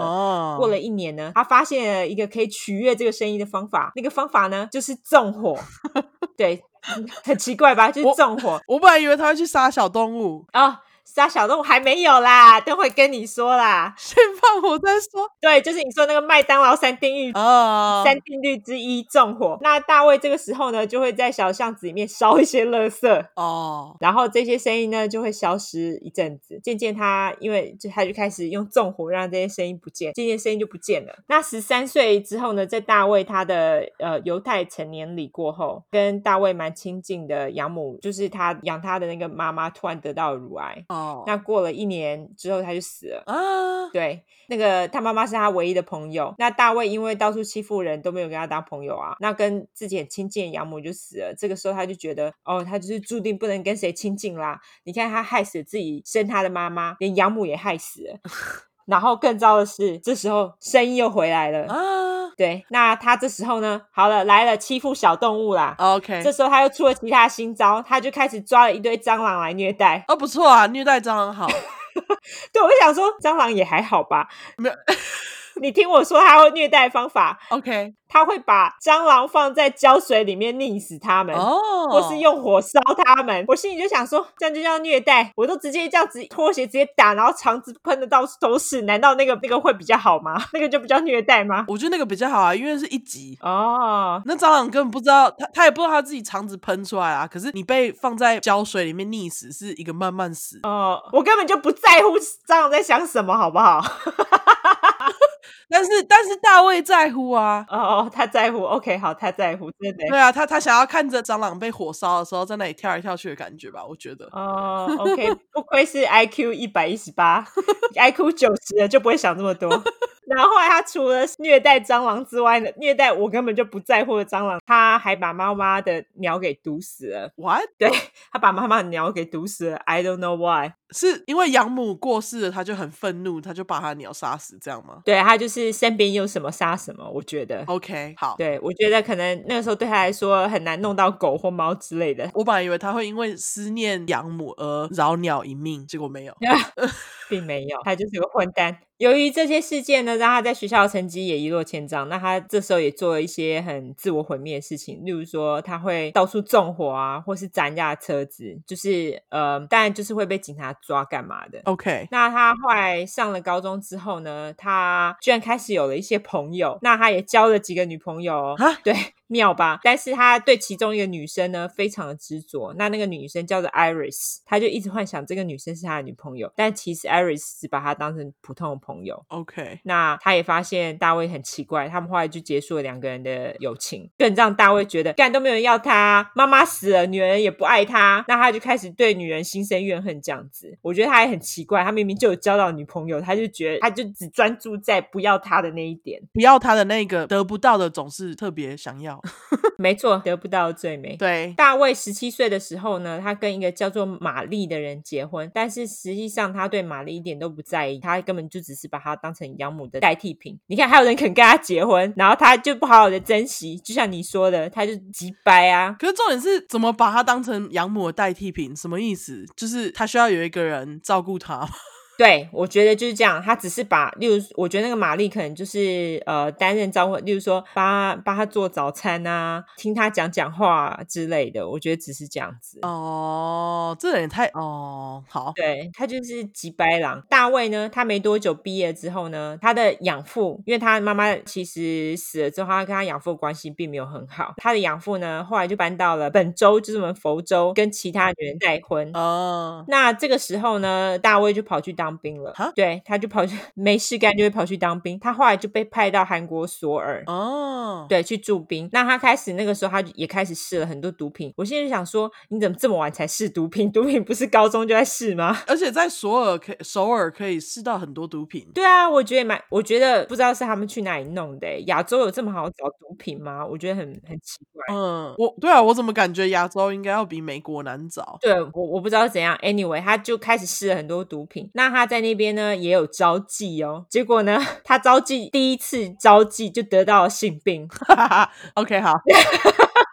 了。 哦， 过了一年呢，他发现了一个可以取悦这个声音的方法，那个方法呢就是纵火。对，很奇怪吧，就是纵火。 我本来以为他会去杀小动物哦，杀小动物还没有啦，等会跟你说啦。 先放火再说。 对，就是你说那个麦当劳三定律、 哦， 三定律之一纵火。那大卫这个时候呢，就会在小巷子里面烧一些垃圾。 哦， 然后这些声音呢就会消失一阵子，渐渐他因为就他就开始用纵火让这些声音不见，渐渐声音就不见了。那十三岁之后呢，在大卫他的呃犹太成年礼过后，跟大卫蛮亲近的养母，就是他养他的那个妈妈突然得到了乳癌。 哦， 那过了一年之后他就死了啊， 对，那个他妈妈是他唯一的朋友。那大卫因为到处欺负人，都没有跟他当朋友啊，那跟自己很亲近的养母就死了。这个时候他就觉得，哦，他就是注定不能跟谁亲近啦。你看他害死了自己生他的妈妈，连养母也害死了。然后更糟的是，这时候声音又回来了。 啊对，那他这时候呢，好了，来了，欺负小动物啦。 ，OK， 这时候他又出了其他新招，他就开始抓了一堆蟑螂来虐待。 哦，不错啊，虐待蟑螂好。 对，我就想说蟑螂也还好吧。 没有你听我说他会虐待的方法， OK， 他会把蟑螂放在胶水里面溺死它们， 哦， 或是用火烧它们。我心里就想说，这样就叫虐待，我都直接这样子拖鞋直接打，然后肠子喷的到处都是，难道那个那个会比较好吗？那个就比较虐待吗？ 我觉得那个比较好啊，因为是一集。 哦， 那蟑螂根本不知道，他他也不知道他自己肠子喷出来啊。可是你被放在胶水里面溺死，是一个慢慢死。 哦，我根本就不在乎蟑螂在想什么，好不好？ 但是但是大卫在乎啊。 哦，他在乎 ，OK， 好，他在乎，真的。 对啊，他他想要看着蟑螂被火烧的时候，在那里跳来跳去的感觉吧，我觉得。 哦 ，OK， 不愧是 I Q 一百一十八，I Q 九十的就不会想这么多。然后后来他除了虐待蟑螂之外呢，虐待我根本就不在乎的蟑螂，他还把妈妈的鸟给毒死了。 What？ 对，他把妈妈的鸟给毒死了 I don't know why。 是因为养母过世了，他就很愤怒，他就把他的鸟杀死，这样吗对，他就是身边有什么杀什么，我觉得。 ？OK， 好。 对，我觉得可能那个时候对他来说很难弄到狗或猫之类的。 我本来以为他会因为思念养母而饶鸟一命，结果没有。 并没有，他就是个混蛋。由于这些事件呢，让他在学校的成绩也一落千丈。那他这时候也做了一些很自我毁灭的事情，例如说他会到处纵火啊，或是砸人家的车子，就是呃，当然就是会被警察抓干嘛的。 OK， 那他后来上了高中之后呢，他居然开始有了一些朋友，那他也交了几个女朋友哦啊对，妙吧？但是他对其中一个女生呢非常的执着，那那个女生叫做 Iris， 他就一直幻想这个女生是他的女朋友，但其实 Iris 只把他当成普通的朋友。 OK， 那他也发现大卫很奇怪，他们后来就结束了两个人的友情，更让大卫觉得干都没有人要他，妈妈死了，女人也不爱他，那他就开始对女人心生怨恨这样子。我觉得他也很奇怪，他明明就有交到女朋友，他就觉得他就只专注在不要他的那一点。 不要他的那个得不到的总是特别想要。 没错，得不到的最美。 对， 大卫十七岁的时候呢，他跟一个叫做玛丽的人结婚，但是实际上他对玛丽一点都不在意，他根本就只是把她当成养母的代替品。你看还有人肯跟他结婚，然后他就不好好的珍惜，就像你说的，他就急掰啊。 可是重点是怎么把他当成养母的代替品？什么意思？就是他需要有一个人照顾他吗？ 对，我觉得就是这样，他只是把，例如我觉得那个玛丽可能就是呃担任照顾，例如说帮他帮他做早餐啊，听他讲讲话之类的，我觉得只是这样子。 哦，这人也太……哦，好， 对，他就是急白狼。大卫呢，他没多久毕业之后呢，他的养父，因为他妈妈其实死了之后，他跟他养父的关系并没有很好。他的养父呢，后来就搬到了本州，就是我们佛州，跟其他女人再婚。 哦， 那这个时候呢，大卫就跑去当兵了哈。 对，他就跑去没事干就会跑去当兵。他后来就被派到韩国索尔。 哦， 对，去驻兵。那他开始那个时候，他也开始试了很多毒品。我现在就想说，你怎么这么晚才试毒品？毒品不是高中就在试吗？ 而且在首尔可以首尔可以试到很多毒品。 对啊，我觉得蛮，我觉得不知道是他们去哪里弄的。亚洲有这么好找毒品吗？我觉得很很奇怪。 嗯，我对啊，我怎么感觉亚洲应该要比美国难找？ 对，我我不知道怎样。Anyway， 他就开始试了很多毒品。那他在那边呢也有招妓哦。结果呢，他招妓第一次招妓就得到了性病。 OK， 好。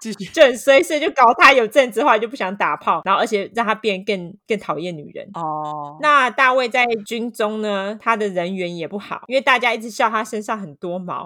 继续就很衰，所以就搞他有阵子后来就不想打炮，然后而且让他变更更讨厌女人。 哦， 那大卫在军中呢，他的人缘也不好，因为大家一直笑他身上很多毛。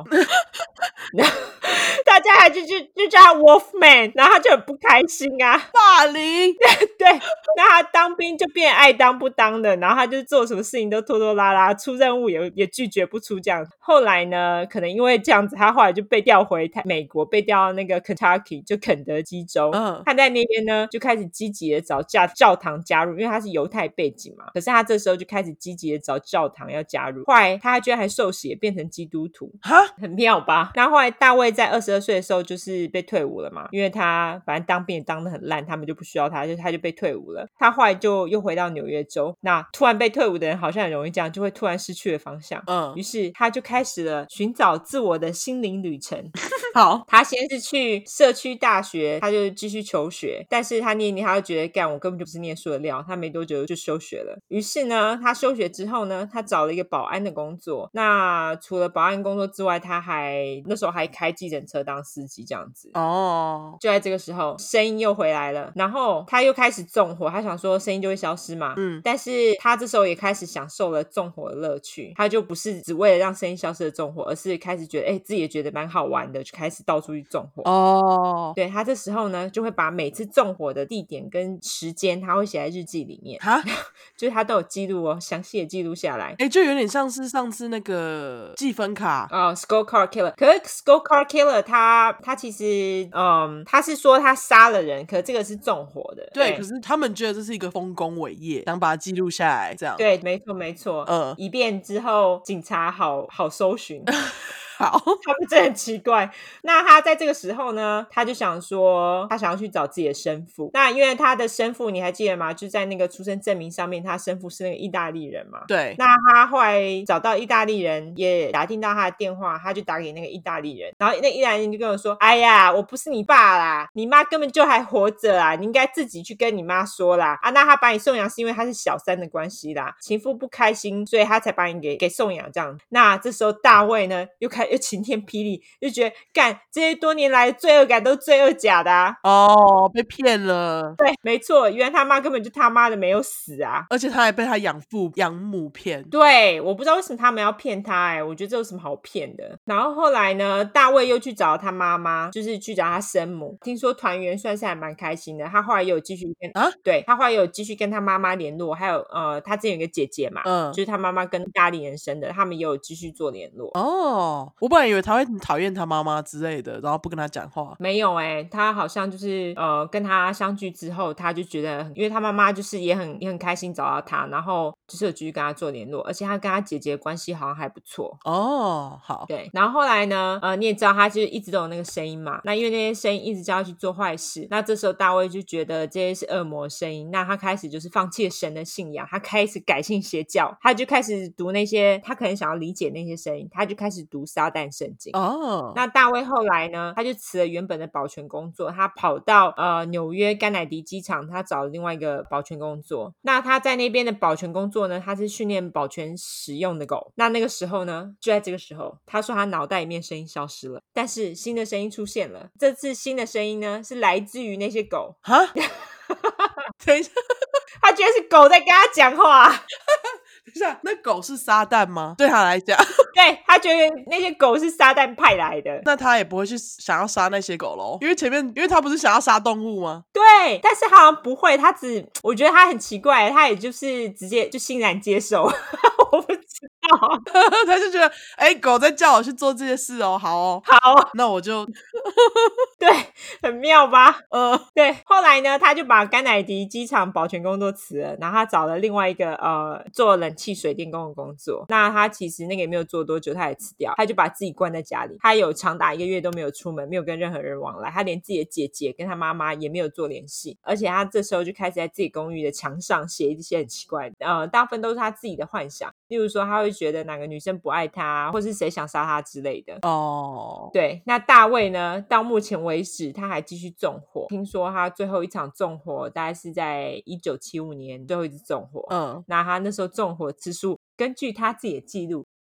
大家还就就就叫他 Wolfman， 然后他就很不开心啊， 霸凌， 对，那他当兵就变爱当不当的，然后他就做什么事情都拖拖拉拉，出任务也也拒绝不出这样。后来呢，可能因为这样子，他后来就被调回美国，被调到那个 Kentucky， 就肯德基州。 嗯， 他在那边呢就开始积极的找教教堂加入，因为他是犹太背景嘛。可是他这时候就开始积极的找教堂要加入，后来他居然还受洗变成基督徒， 哈， 很妙吧？那后来大卫在二十二岁的时候就是被退伍了嘛，因为他反正当兵也当得很烂，他们就不需要他，就他就被退伍了。他后来就又回到纽约州，那突然被退伍的人好像很容易这样，就会突然失去了方向。 嗯， 于是他就开始了寻找自我的心灵旅程。 好， 他先是去社区大学，他就继续求学，但是他念一念他就觉得干我根本就不是念书的料，他没多久就休学了。于是呢，他休学之后呢，他找了一个保安的工作。那除了保安工作之外，他还那时候还开计程车当司机这样子。 哦， 就在这个时候，声音又回来了，然后他又开始纵火，他想说声音就会消失嘛， 嗯， 但是他这时候也开始享受了纵火的乐趣，他就不是只为了让声音消失的纵火，而是开始觉得哎、欸，自己也觉得蛮好玩的，就开始到处去纵火。 哦， 对，他这时候呢就会把每次纵火的地点跟时间他会写在日记里面， 哈， 就是他都有记录哦，详细的记录下来。 哎，就有点像是上次那个计分卡哦、uh, Scorecard Killer， 可是 Scorecard Killer 他他其实嗯，他是说他杀了人，可是这个是纵火的。 对， 对， 可是他们觉得这是一个丰功伟业，想把它记录下来，这样。 对，没错没错， 嗯， 以便之后警察好好搜寻。 好， 他们真的很奇怪。那他在这个时候呢，他就想说他想要去找自己的生父。那因为他的生父你还记得吗？就在那个出生证明上面，他生父是那个意大利人嘛。 对， 那他后来找到意大利人，也打听到他的电话，他就打给那个意大利人，然后那意大利人就跟我说，哎呀，我不是你爸啦，你妈根本就还活着啦，你应该自己去跟你妈说啦。啊，那他把你送养是因为他是小三的关系啦，情妇不开心，所以他才把你给给送养这样。那这时候大卫呢又开又晴天霹雳，就觉得干这些多年来的罪恶感都是罪恶假的啊。 哦，被骗了。 对，没错，原来他妈根本就他妈的没有死啊， 而且他还被他养父养母骗。 对，我不知道为什么他们要骗他。哎、欸，我觉得这有什么好骗的。然后后来呢，大卫又去找他妈妈，就是去找他生母，听说团圆算是还蛮开心的。他后来也有继续跟啊， 对，他后来也有继续跟他妈妈联络，还有呃，他之前有一个姐姐嘛， 嗯， 就是他妈妈跟意大利人生的，他们也有继续做联络。 哦，我本来以为他会很讨厌他妈妈之类的，然后不跟他讲话。 没有哎、欸，他好像就是呃跟他相聚之后，他就觉得，因为他妈妈就是也很也很开心找到他，然后就是有继续跟他做联络，而且他跟他姐姐的关系好像还不错。 哦，好， 对，然后后来呢，呃，你也知道他就是一直都有那个声音嘛，那因为那些声音一直叫他去做坏事，那这时候大卫就觉得这些是恶魔声音，那他开始就是放弃了神的信仰，他开始改信邪教，他就开始读那些他可能想要理解那些声音，他就开始读撒旦圣经。 哦， 那大卫后来呢，他就辞了原本的保全工作，他跑到呃纽约甘乃迪机场，他找了另外一个保全工作。那他在那边的保全工作呢，他是训练保全使用的狗。那那个时候呢，就在这个时候，他说他脑袋里面声音消失了，但是新的声音出现了。这次新的声音呢，是来自于那些狗。 哈，等一下， 他觉得是狗在跟他讲话。 等一下，那狗是撒旦吗？对他来讲， 对，他觉得那些狗是撒旦派来的。 那他也不会去想要杀那些狗咯，因为前面因为他不是想要杀动物吗？ 对，但是他好像不会，他只我觉得他很奇怪，他也就是直接就欣然接受。我不知道， 他就觉得哎、欸，狗在叫我去做这些事哦，好哦， 好， 那我就对，很妙吧？ 呃， 对，后来呢，他就把甘乃迪机场保全工作辞了，然后他找了另外一个呃做冷气水电工的工作。那他其实那个也没有做多久，他也辞掉，他就把自己关在家里，他有长达一个月都没有出门，没有跟任何人往来，他连自己的姐姐跟他妈妈也没有做联系，而且他这时候就开始在自己公寓的墙上写一些很奇怪的，呃，大部分都是他自己的幻想，例如说他会觉得哪个女生不爱他，或是谁想杀他之类的。 哦， 对，那大卫呢，到目前为止他还继续纵火，听说他最后一场纵火大概是在一九七五年最后一次纵火。 嗯， 那他那时候纵火次数根据他自己的记录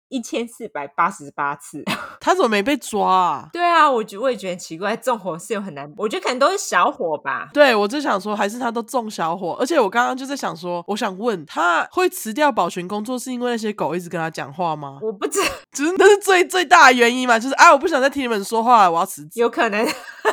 一千四百八十八次。 他怎么没被抓啊？ 对啊，我觉我也觉得很奇怪，纵火是有很难，我觉得可能都是小火吧。 对，我就想说还是他都中小火，而且我刚刚就在想说，我想问他会辞掉保全工作是因为那些狗一直跟他讲话吗？ 我不知道， 就是那是最最大的原因嘛，就是哎，我不想再听你们说话了，我要辞职。 有可能。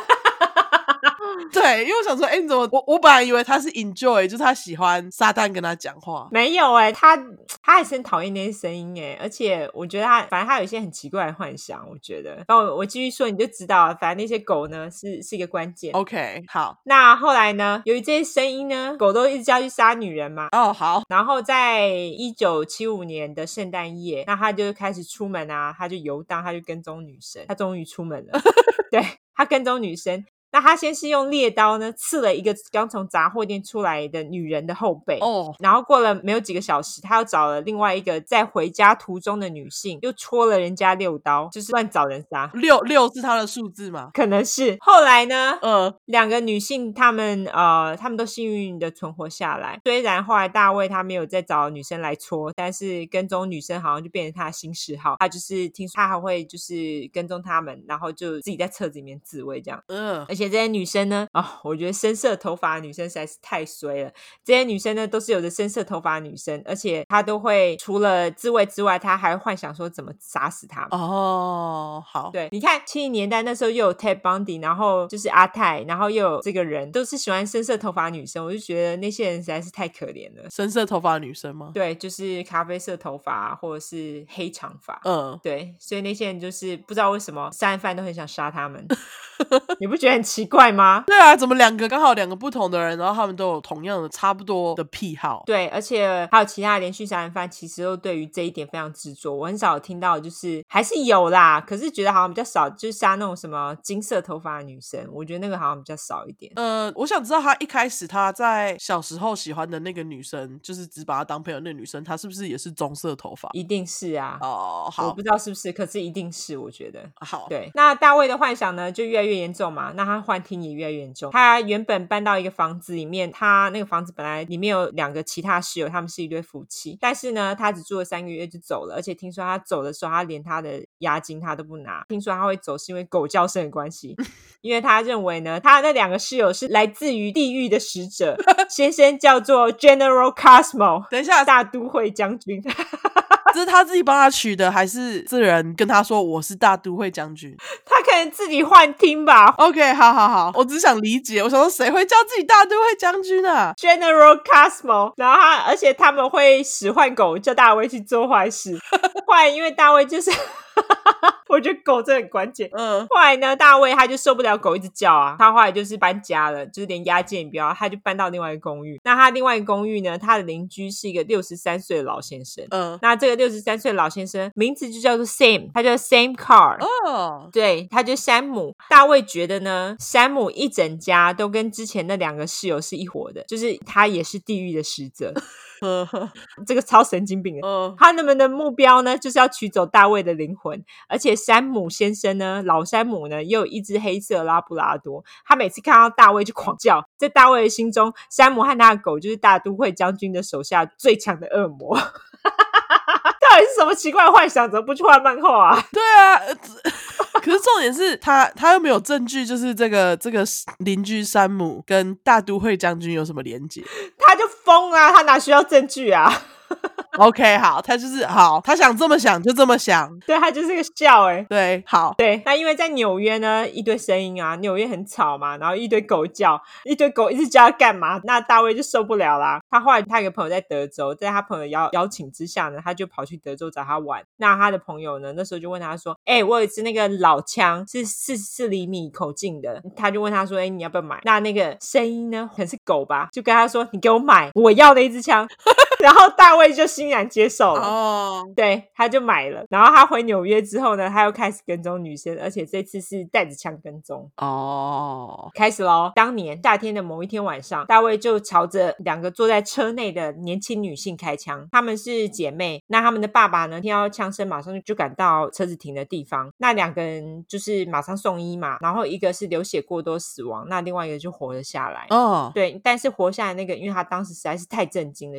对，因为我想说，哎，你怎么我我本来以为他是 enjoy， 就是他喜欢撒旦跟他讲话。 没有哎、欸，他他还是很讨厌那些声音哎、欸，而且我觉得他反正他有一些很奇怪的幻想，我觉得。然后我我继续说你就知道了，反正那些狗呢是是一个关键。 OK， 好。 那后来呢，由于这些声音呢，狗都一直叫去杀女人嘛。 哦，好。 然后在一九七五年的圣诞夜，那他就开始出门啊，他就游荡，他就跟踪女生，他终于出门了。对，他跟踪女生。那他先是用猎刀呢刺了一个刚从杂货店出来的女人的后背哦， 然后过了没有几个小时，他又找了另外一个在回家途中的女性，又戳了人家六刀，就是乱找人杀。 六六是他的数字吗？ 可能是。后来呢， 呃， 两个女性她们呃，她们都幸运的存活下来。虽然后来大卫他没有再找女生来戳，但是跟踪女生好像就变成他的新嗜好。他就是听说他还会就是跟踪他们，然后就自己在车子里面自慰这样。 呃， 而且这些女生呢，哦，我觉得深色头发的女生实在是太衰了。这些女生呢，都是有着深色头发的女生，而且她都会除了自慰之外，她还会幻想说怎么杀死他们。 哦，好。 对，你看七零年代那时候又有 Ted Bundy， 然后就是阿泰，然后又有这个人，都是喜欢深色头发的女生，我就觉得那些人实在是太可怜了。 深色头发的女生吗？ 对，就是咖啡色头发或者是黑长发。 嗯， 对，所以那些人就是不知道为什么杀人犯都很想杀他们。你不觉得很奇怪吗？ 对啊，怎么两个刚好两个不同的人，然后他们都有同样的差不多的癖好？ 对，而且还有其他的连续杀人犯其实都对于这一点非常执着。我很少有听到，就是还是有啦，可是觉得好像比较少，就是杀那种什么金色头发的女生，我觉得那个好像比较少一点。 呃，我想知道他一开始他在小时候喜欢的那个女生，就是只把他当朋友那个女生，她是不是也是棕色头发？ 一定是啊。 哦，好， 我不知道是不是，可是一定是，我觉得。 好， 对，那大卫的幻想呢就越来越严重嘛，那他幻听也越来越严重。他原本搬到一个房子里面，他那个房子本来里面有两个其他室友，他们是一对夫妻，但是呢他只住了三个月就走了，而且听说他走的时候他连他的押金他都不拿。听说他会走是因为狗叫声的关系。因为他认为呢他那两个室友是来自于地狱的使者，先生叫做 General Cosmo， 等一下， 大都会将军。 这是他自己帮他取的，还是这人跟他说我是大都会将军？ 他可能自己幻听吧。 OK， 好好好，我只想理解，我想说谁会叫自己大都会将军啊 ？General Cosmo， 然后他，而且他们会使唤狗叫大卫去做坏事。后来因为大卫就是。我觉得狗真的很关键。 嗯， 后来呢，大卫他就受不了狗一直叫啊，他后来就是搬家了，就是连押金也不要，他就搬到另外一个公寓。那他另外一个公寓呢，他的邻居是一个六十三岁的老先生。 嗯， 那这个六十三岁的老先生名字就叫做 Sam， 他叫 Sam Carr。 哦， 对，他就山姆。大卫觉得呢，山姆一整家都跟之前那两个室友是一伙的，就是他也是地狱的使者。这个超神经病的。 嗯， 他们的目标呢，就是要取走大卫的灵魂。而且山姆先生呢，老山姆呢，也有一只黑色拉布拉多。他每次看到大卫就狂叫，在大卫的心中，山姆和他的狗就是大都会将军的手下最强的恶魔。到底是什么奇怪的幻想？怎么不去画漫画啊？ 对啊，呃可是重点是他他又没有证据，就是这个这个邻居山姆跟大都会将军有什么连结？ 他就疯啊，他哪需要证据啊 ？OK， 好，他就是好，他想这么想就这么想。 对，他就是个笑欸。 对，好， 对。那因为在纽约呢，一堆声音啊，纽约很吵嘛，然后一堆狗叫，一堆狗一直叫他干嘛，那大卫就受不了啦。他后来他有个朋友在德州，在他朋友邀邀请之下呢，他就跑去德州找他玩。那他的朋友呢，那时候就问他说，哎、欸，我有一支那个老枪是四十四厘米口径的，他就问他说，哎、欸，你要不要买？那那个声音呢，可能是狗吧，就跟他说，你给我买，我要那一支枪。然后大卫就欣然接受了。 哦， 对，他就买了。然后他回纽约之后呢，他又开始跟踪女生，而且这次是带着枪跟踪。 哦， 开始咯。当年夏天的某一天晚上，大卫就朝着两个坐在车内的年轻女性开枪。她们是姐妹。那他们的爸爸呢，听到枪声马上就赶到车子停的地方。那两个人就是马上送医嘛，然后一个是流血过多死亡，那另外一个就活了下来。 哦， 对，但是活下来那个，因为他当时实在是太震惊了。 嗯， 他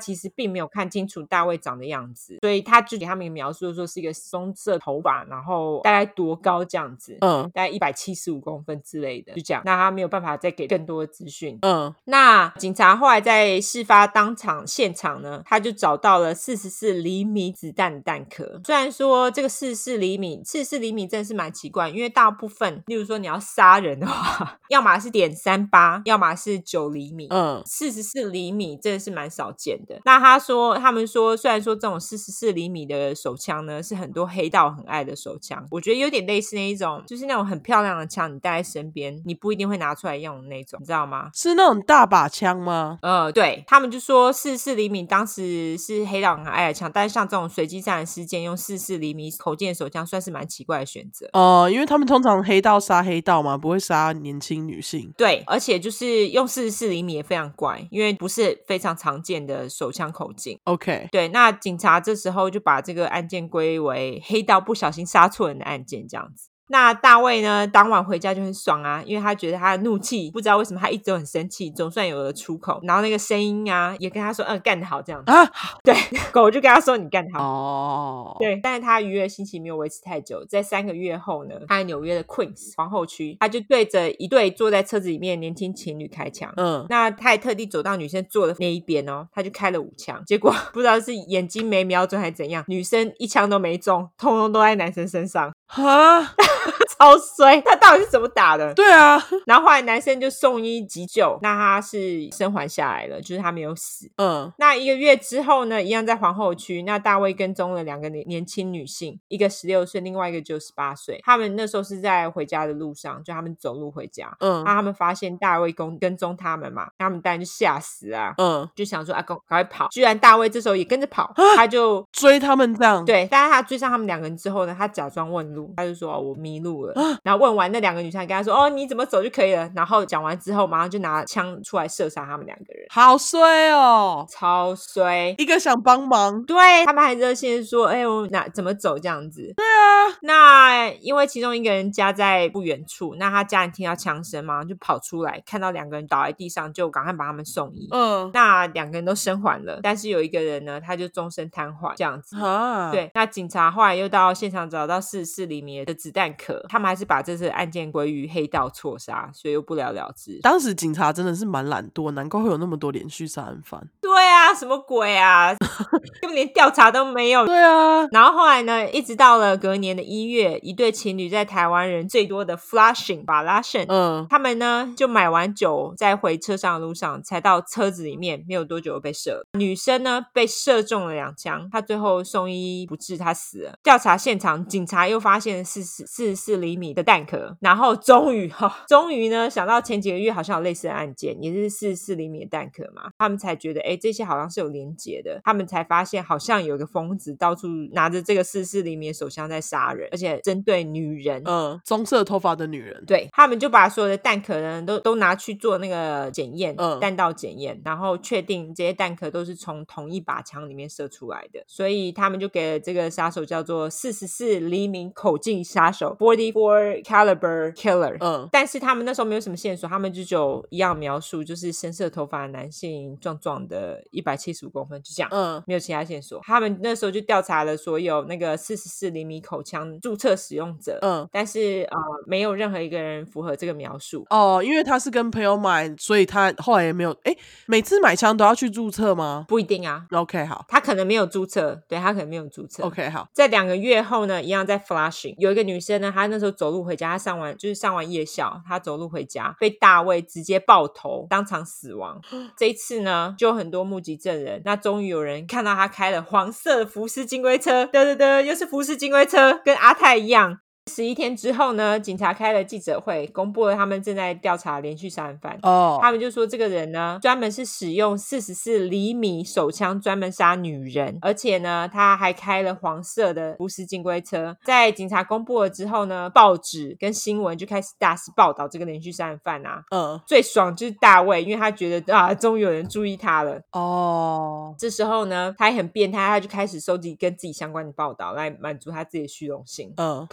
其实并没有看清楚大卫长的样子，所以他就给他们描述说是一个棕色头发，然后大概多高这样子， 嗯， 大概一百七十五公分之类的，就这样。那他没有办法再给更多的资讯。 嗯， 那警察后来在事发当场现场呢，他就找到了四十四厘米子弹的弹壳。虽然说这个四十四厘米四十四厘米真的是蛮奇怪，因为大部分例如说你要杀人的话要么是点三八，要么是九厘米， 嗯， 四十四厘米真的是蛮少见的。那他说他们说虽然说这种四十四厘米的手枪呢是很多黑道很爱的手枪，我觉得有点类似那一种就是那种很漂亮的枪，你带在身边你不一定会拿出来用的那种，你知道吗？ 是那种大把枪吗？ 呃，对，他们就说四十四厘米当时是黑道很爱的枪，但是像这种随机杀人事件用四十四厘米口径的手枪算是蛮奇怪的选择。 哦、呃，因为他们通常黑道杀黑道嘛，不会杀年轻女性。 对，而且就是用四十四厘米也非常怪，因为不是非常常见的手枪口径。 OK， 对，那警察这时候就把这个案件归为黑道不小心杀错人的案件这样子。那大卫呢当晚回家就很爽啊，因为他觉得他的怒气不知道为什么他一直都很生气，总算有了出口，然后那个声音啊也跟他说嗯干得好这样子啊， 对，狗就跟他说你干得好哦， 对，但是他愉悦心情没有维持太久，在三个月后呢，他在纽约的 Queens 皇后区，他就对着一对坐在车子里面的年轻情侣开枪。 嗯， 那他还特地走到女生坐的那一边哦，他就开了五枪，结果不知道是眼睛没瞄准还是怎样，女生一枪都没中，通通都在男生身上。 哈， 超衰，他到底是怎么打的？ 对啊， 然后后来男生就送医急救，那他是生还下来了，就是他没有死。 嗯， 那一个月之后呢，一样在皇后区，那大卫跟踪了两个年轻女性，一个十六岁，另外一个就十八岁。他们那时候是在回家的路上，就他们走路回家。 嗯， 那他们发现大卫跟跟踪他们嘛，他们当然就吓死啊， 嗯， 就想说啊，赶快跑。居然大卫这时候也跟着跑，他就追他们这样。 对，但是他追上他们两个人之后呢，他假装问路，他就说、哦、我迷路了。然后问完那两个女生还跟他说哦你怎么走就可以了，然后讲完之后马上就拿枪出来射杀他们两个人。 好衰哦， 超衰， 一个想帮忙， 对，他们还热心说哎我哪怎么走这样子。 对啊， 那因为其中一个人家在不远处，那他家人听到枪声嘛就跑出来，看到两个人倒在地上，就赶快把他们送医。 嗯， 那两个人都生还了，但是有一个人呢他就终身瘫痪这样子。 啊， 对，那警察后来又到现场找到四十四厘米的子弹壳，他们还是把这次案件归于黑道错杀，所以又不了了之。 当时警察真的是蛮懒惰，难怪会有那么多连续杀人犯。 对啊，什么鬼啊根本连调查都没有。 对啊， 然后后来呢一直到了隔年的一月，一对情侣在台湾人最多的 Flushing 巴拉省， 嗯， 他们呢就买完酒在回车上的路上才到车子里面，没有多久就被射了。女生呢被射中了两枪，她最后送医不治，她死了。调查现场警察又发现四十四厘米的弹壳，然后终于、哦、终于呢想到前几个月好像有类似的案件也是四十四厘米的弹壳嘛，他们才觉得哎，这些好像是有连结的，他们才发现好像有一个疯子到处拿着这个四十四厘米的手枪在杀人，而且针对女人。 嗯，棕色头发的女人。 对，他们就把所有的弹壳呢都都拿去做那个检验， 嗯， 弹道检验，然后确定这些弹壳都是从同一把枪里面射出来的，所以他们就给了这个杀手叫做四十四厘米口径杀手 forty-four caliber killer。 嗯， 但是他们那时候没有什么线索，他们就就一样描述就是深色头发的男性，壮壮的一百七十五公分，就这样。 嗯， 没有其他线索。他们那时候就调查了所有那个四十四厘米口枪注册使用者， 嗯， 但是呃没有任何一个人符合这个描述。 哦，因为他是跟朋友买，所以他后来也没有。诶，每次买枪都要去注册吗？ 不一定啊。 OK 好， 他可能没有注册，对，他可能没有注册。 OK 好， 在两个月后呢，一样在 Flushing 有一个女生呢，她那时候走路回家，她上完就是上完夜校，她走路回家被大卫直接爆头，当场死亡。这一次呢就有很多目击证人，那终于有人看到她开了黄色的福斯金龟车，对对对，又是福斯金龟车，跟阿泰一样。十一天之后呢，警察开了记者会，公布了他们正在调查连续杀人犯。 哦， 他们就说这个人呢专门是使用四十四厘米手枪专门杀女人，而且呢他还开了黄色的福斯金龟车。在警察公布了之后呢，报纸跟新闻就开始大肆报道这个连续杀人犯啊。 嗯， 最爽就是大卫，因为他觉得啊终于有人注意他了。 哦， 这时候呢他也很变态，他就开始收集跟自己相关的报道来满足他自己的虚荣心。 嗯， 同一时间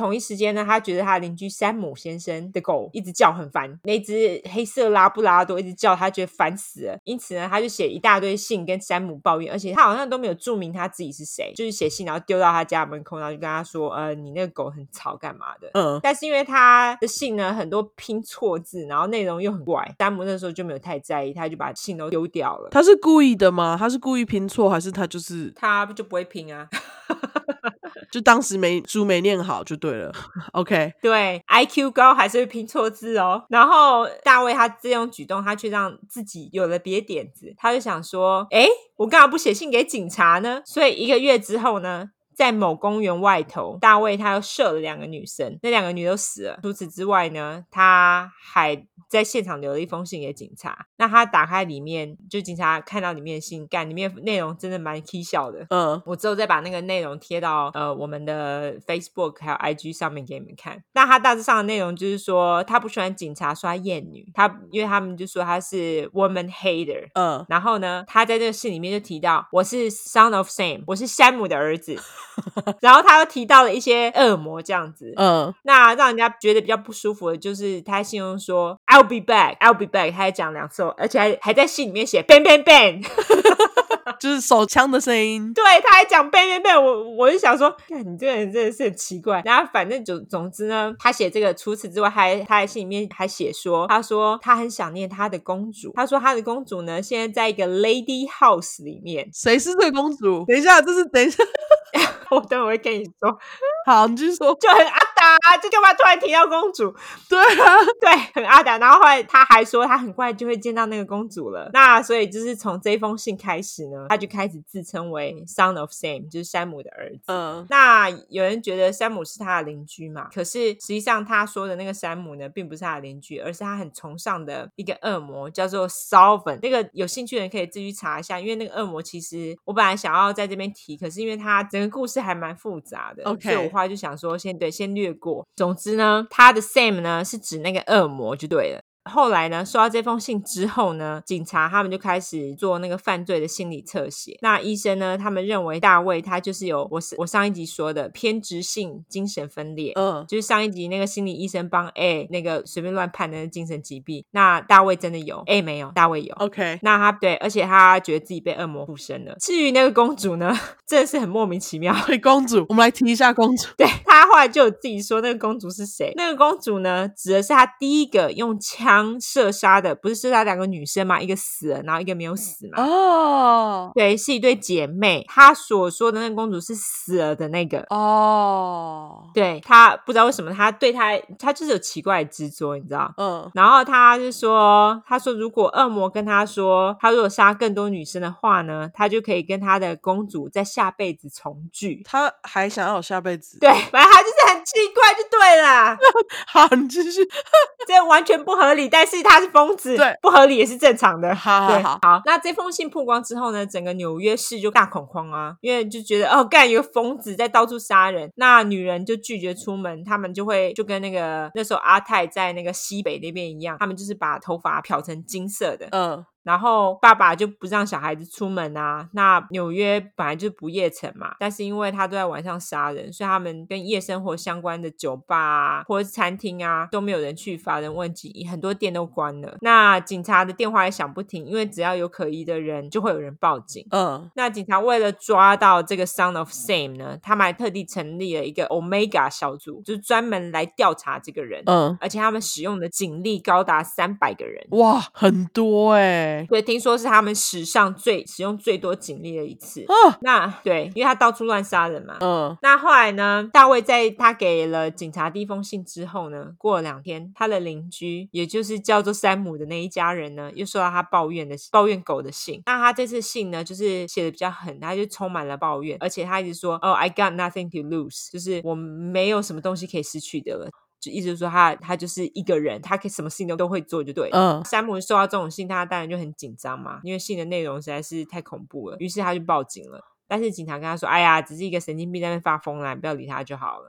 间呢，他觉得他邻居山姆先生的狗一直叫很烦，那只黑色拉布拉多一直叫，他觉得烦死了，因此呢他就写一大堆信跟山姆抱怨，而且他好像都没有注明他自己是谁，就是写信然后丢到他家门口，然后就跟他说呃你那个狗很吵干嘛的。 嗯， 但是因为他的信呢很多拼错字，然后内容又很怪，山姆那时候就没有太在意，他就把信都丢掉了。 他是故意的吗？他是故意拼错，还是他就是他就不会拼啊就当时没书没念好就对了OK， 对 I Q 高还是会拼错字哦。然后大卫他这种举动他却让自己有了别点子，他就想说诶我干嘛不写信给警察呢？所以一个月之后呢，在某公园外头，大卫他又射了两个女生，那两个女都死了。除此之外呢，他还在现场留了一封信给警察。那他打开里面，就警察看到里面的信，干里面内容真的蛮蹊跷的。 嗯， 我之后再把那个内容贴到呃我们的 Facebook 还有 I G 上面给你们看。那他大致上的内容就是说，他不喜欢警察说他厌女，他因为他们就说他是 woman hater。 嗯， 然后呢，他在这个信里面就提到我是 son of Sam， 我是山姆的儿子。然后他又提到了一些恶魔这样子。 嗯， 那让人家觉得比较不舒服的就是他形容说 I'll be back I'll be back， 他还讲两次，而且还还在信里面写 bang bang bang 就是手枪的声音。 对，他还讲 bang bang bang， 我我就想说干你这个人真的是很奇怪。然后反正总总之呢，他写这个，除此之外还他在信里面还写说，他说他很想念他的公主，他说他的公主呢现在在一个 lady house 里面。 谁是这个公主？等一下，这是等一下我等会我会跟你说。 好，你继续说。 就很阿达，就干嘛突然提到公主？ 对啊， 对，很阿达。然后后来他还说他很快就会见到那个公主了。那所以就是从这封信开始呢，他就开始自称为 son of Sam， 就是山姆的儿子。 嗯， 那有人觉得山姆是他的邻居嘛，可是实际上他说的那个山姆呢并不是他的邻居，而是他很崇尚的一个恶魔叫做 Solven。 那个有兴趣的人可以自己去查一下，因为那个恶魔其实我本来想要在这边提，可是因为他整个故事还蛮复杂的， OK， 所以我后来就想说先对先略过。总之呢，他的 Sam 呢是指那个恶魔就对了。后来呢，收到这封信之后呢，警察他们就开始做那个犯罪的心理侧写。那医生呢，他们认为大卫他就是有我我上一集说的偏执性精神分裂。 嗯， 就是上一集那个心理医生帮 A 那个随便乱判的精神疾病，那大卫真的有， A 没有，大卫有。 OK， 那他对，而且他觉得自己被恶魔附身了。至于那个公主呢，真的是很莫名其妙。 对，公主，我们来提一下公主。 对，他后来就有自己说那个公主是谁。那个公主呢，指的是他第一个用枪射杀的，不是射杀两个女生嘛，一个死了，然后一个没有死嘛。 哦， 对，是一对姐妹。他所说的那个公主是死了的那个。 哦， 对，他不知道为什么他对他他就是有奇怪的执着，你知道。 嗯， 然后他就说，他说如果恶魔跟他说他如果杀更多女生的话呢，他就可以跟他的公主在下辈子重聚。 他还想要有下辈子。 对，反正他就是很奇怪就对了。 好，你继续。 这完全不合理，但是他是疯子， 对， 不合理也是正常的。 好好好好，那这封信曝光之后呢，整个纽约市就大恐慌啊，因为就觉得哦，干有个疯子在到处杀人。那女人就拒绝出门，他们就会就跟那个那时候阿泰在那个西北那边一样，他们就是把头发漂成金色的。 嗯， 然后爸爸就不让小孩子出门啊。那纽约本来就是不夜城嘛，但是因为他都在晚上杀人，所以他们跟夜生活相关的酒吧啊或者是餐厅啊都没有人去，乏人问津，很多店都关了。那警察的电话也响不停，因为只要有可疑的人就会有人报警。 嗯， 那警察为了抓到这个 son of Sam 呢，他们还特地成立了一个 Omega 小组，就是专门来调查这个人。 嗯， 而且他们使用的警力高达三百个人。 哇，很多欸。 对，听说是他们史上最使用最多警力的一次。 哦， 那对，因为他到处乱杀人嘛。 嗯， 那后来呢，大卫在他给了警察第一封信之后呢，过了两天，他的邻居也就是叫做山姆的那一家人呢，又收到他抱怨的抱怨狗的信。那他这次信呢，就是写的比较狠，他就充满了抱怨，而且他一直说哦 I got nothing to lose， 就是我没有什么东西可以失去的了，就意思是说他他就是一个人，他可以什么事情都都会做就对了。 嗯， 山姆收到这种信，他当然就很紧张嘛，因为信的内容实在是太恐怖了，于是他就报警了。但是警察跟他说，哎呀，只是一个神经病在那边发疯啦，你不要理他就好了。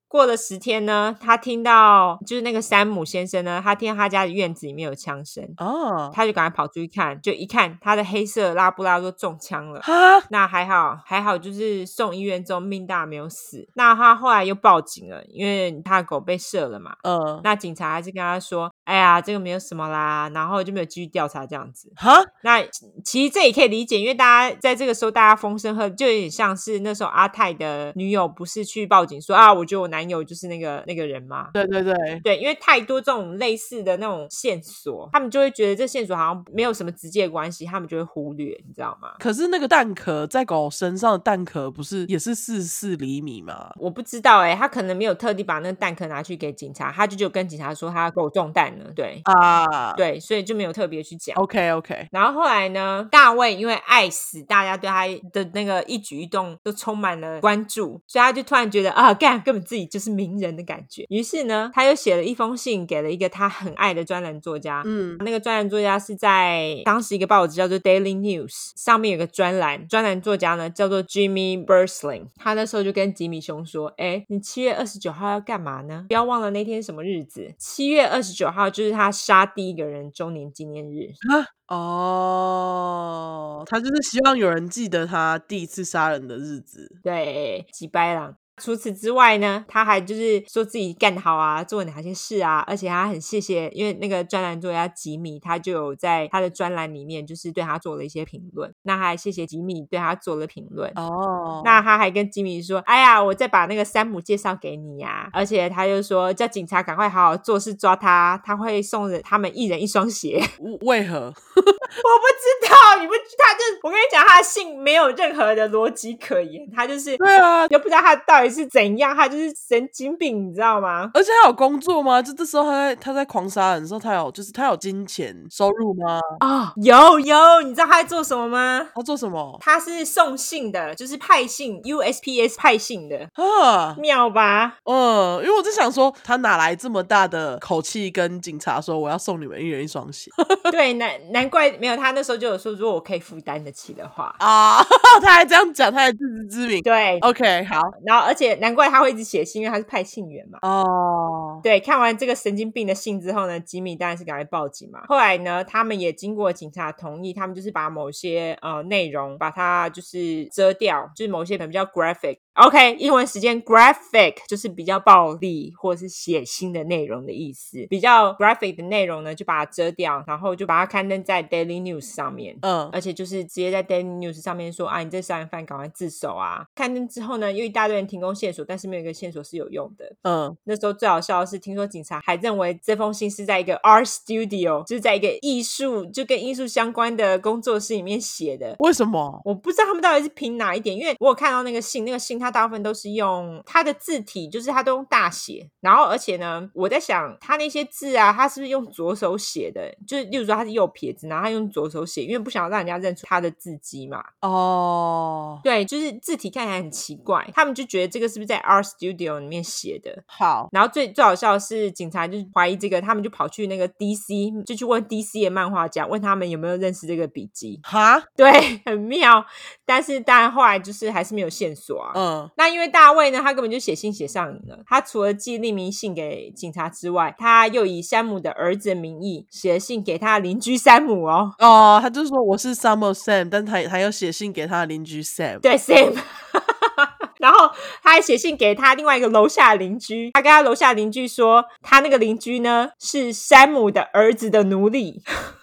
过了十天呢，他听到就是那个山姆先生呢，他听到他家的院子里面有枪声， 哦， 他就赶快跑出去看，就一看他的黑色拉布拉多中枪了。 哈， 那还好还好，就是送医院之后命大没有死。那他后来又报警了，因为他的狗被射了嘛。 嗯， 那警察还是跟他说，哎呀这个没有什么啦，然后就没有继续调查这样子。 哈， 那其实这也可以理解，因为大家在这个时候大家风声鹤唳，就有点像是那时候阿泰的女友不是去报警说啊，我觉得我男友就是那个那个人嘛。 对对对， 对，因为太多这种类似的那种线索，他们就会觉得这线索好像没有什么直接的关系，他们就会忽略，你知道吗？ 可是那个蛋壳在狗身上的蛋壳不是也是四十四厘米吗？ 我不知道哎、欸，他可能没有特地把那个蛋壳拿去给警察，他就就跟警察说他狗中弹了，对啊， 对，所以就没有特别去讲。 ，OK OK， 然后后来呢，大卫因为爱死，大家对他的那个一举一动都充满了关注，所以他就突然觉得啊，干根本自己就是名人的感觉。于是呢，他又写了一封信给了一个他很爱的专栏作家， 嗯， 那个专栏作家是在当时一个报纸叫做 Daily News 上面有个专栏，专栏作家呢叫做 Jimmy Bursling， 他那时候就跟吉米兄说，哎，你七月二十九号要干嘛呢？不要忘了那天什么日子，七月二十九号就是他杀第一个人周年纪念日。 哈，哦，他就是希望有人记得他第一次杀人的日子。 对，几掰啦。除此之外呢，他还就是说自己干得好啊，做了哪些事啊，而且他很谢谢，因为那个专栏作家吉米，他就有在他的专栏里面就是对他做了一些评论，那他还谢谢吉米对他做了评论。 哦， 那他还跟吉米说，哎呀，我再把那个山姆介绍给你呀、啊，而且他就说叫警察赶快好好做事抓他，他会送人他们一人一双鞋。 为何？ 我不知道，你不他就我跟你讲，他的信没有任何的逻辑可言，他就是对啊， 又不知道他到底是怎样，他就是神经病，你知道吗？ 而且他有工作吗？就这时候他在他在狂杀人的时候，他有就是他有金钱收入吗？ 啊、有有，你知道他在做什么吗？ 他做什么？ 他是送信的，就是派信 U S P S 派信的， 啊， 妙吧？ 嗯，因为我在想说，他哪来这么大的口气跟警察说我要送你们一人一双鞋对，难难怪没有，他那时候就有说，如果我可以负担得起的话， 啊？他还这样讲，他还自知之明。 对， OK，好， 然后而且难怪他会一直写信，因为他是派信员嘛。 哦， 对，看完这个神经病的信之后呢，吉米当然是赶快报警嘛。后来呢，他们也经过警察同意，他们就是把某些呃内容把它就是遮掉，就是某些可能比较 graphic。OK， 英文时间 graphic 就是比较暴力或者是血腥的内容的意思。比较 graphic 的内容呢，就把它遮掉，然后就把它刊登在 Daily News 上面。 嗯， 而且就是直接在 Daily News 上面说啊，你这杀人犯赶快自首啊！刊登之后呢，又一大堆人提供线索，但是没有一个线索是有用的。 嗯， 那时候最好笑的是，听说警察还认为这封信是在一个 art studio， 就是在一个艺术就跟艺术相关的工作室里面写的。 为什么？ 我不知道他们到底是凭哪一点，因为我有看到那个信，那个信它大部分都是用它的字体，就是它都用大写，然后而且呢，我在想它那些字啊，它是不是用左手写的？就是例如说它是右撇子，然后它用左手写，因为不想要让人家认出它的字迹嘛。 哦， 对，就是字体看起来很奇怪，他们就觉得这个是不是在 art studio 里面写的？ 好， 然后最最好笑的是，警察就怀疑这个，他们就跑去那个 D C， 就去问 D C 的漫画家，问他们有没有认识这个笔记。 哈， 对，很妙。但是当然后来就是还是没有线索啊。 嗯， 那因为大卫呢，他根本就写信写上瘾了。他除了寄匿名信给警察之外，他又以山姆的儿子的名义写了信给他的邻居山姆哦。 哦，他就说我是 Summer Sam，但他他又写信给他的邻居 Sam。 对 Sam 然后他还写信给他另外一个楼下的邻居，他跟他楼下邻居说，他那个邻居呢是山姆的儿子的奴隶。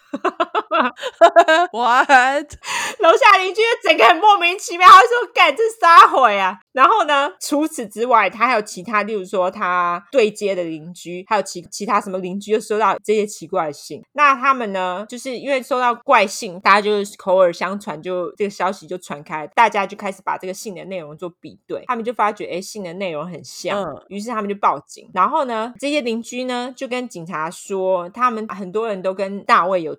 What？ 楼下邻居整个很莫名其妙，他说干这撒毁啊。然后呢，除此之外他还有其他，例如说他对接的邻居，还有其其他什么邻居又收到这些奇怪的信。那他们呢，就是因为收到怪信，大家就是口耳相传，就这个消息就传开，大家就开始把这个信的内容做比对，他们就发觉诶信的内容很像， 嗯， 于是他们就报警。然后呢，这些邻居呢就跟警察说，他们很多人都跟大卫有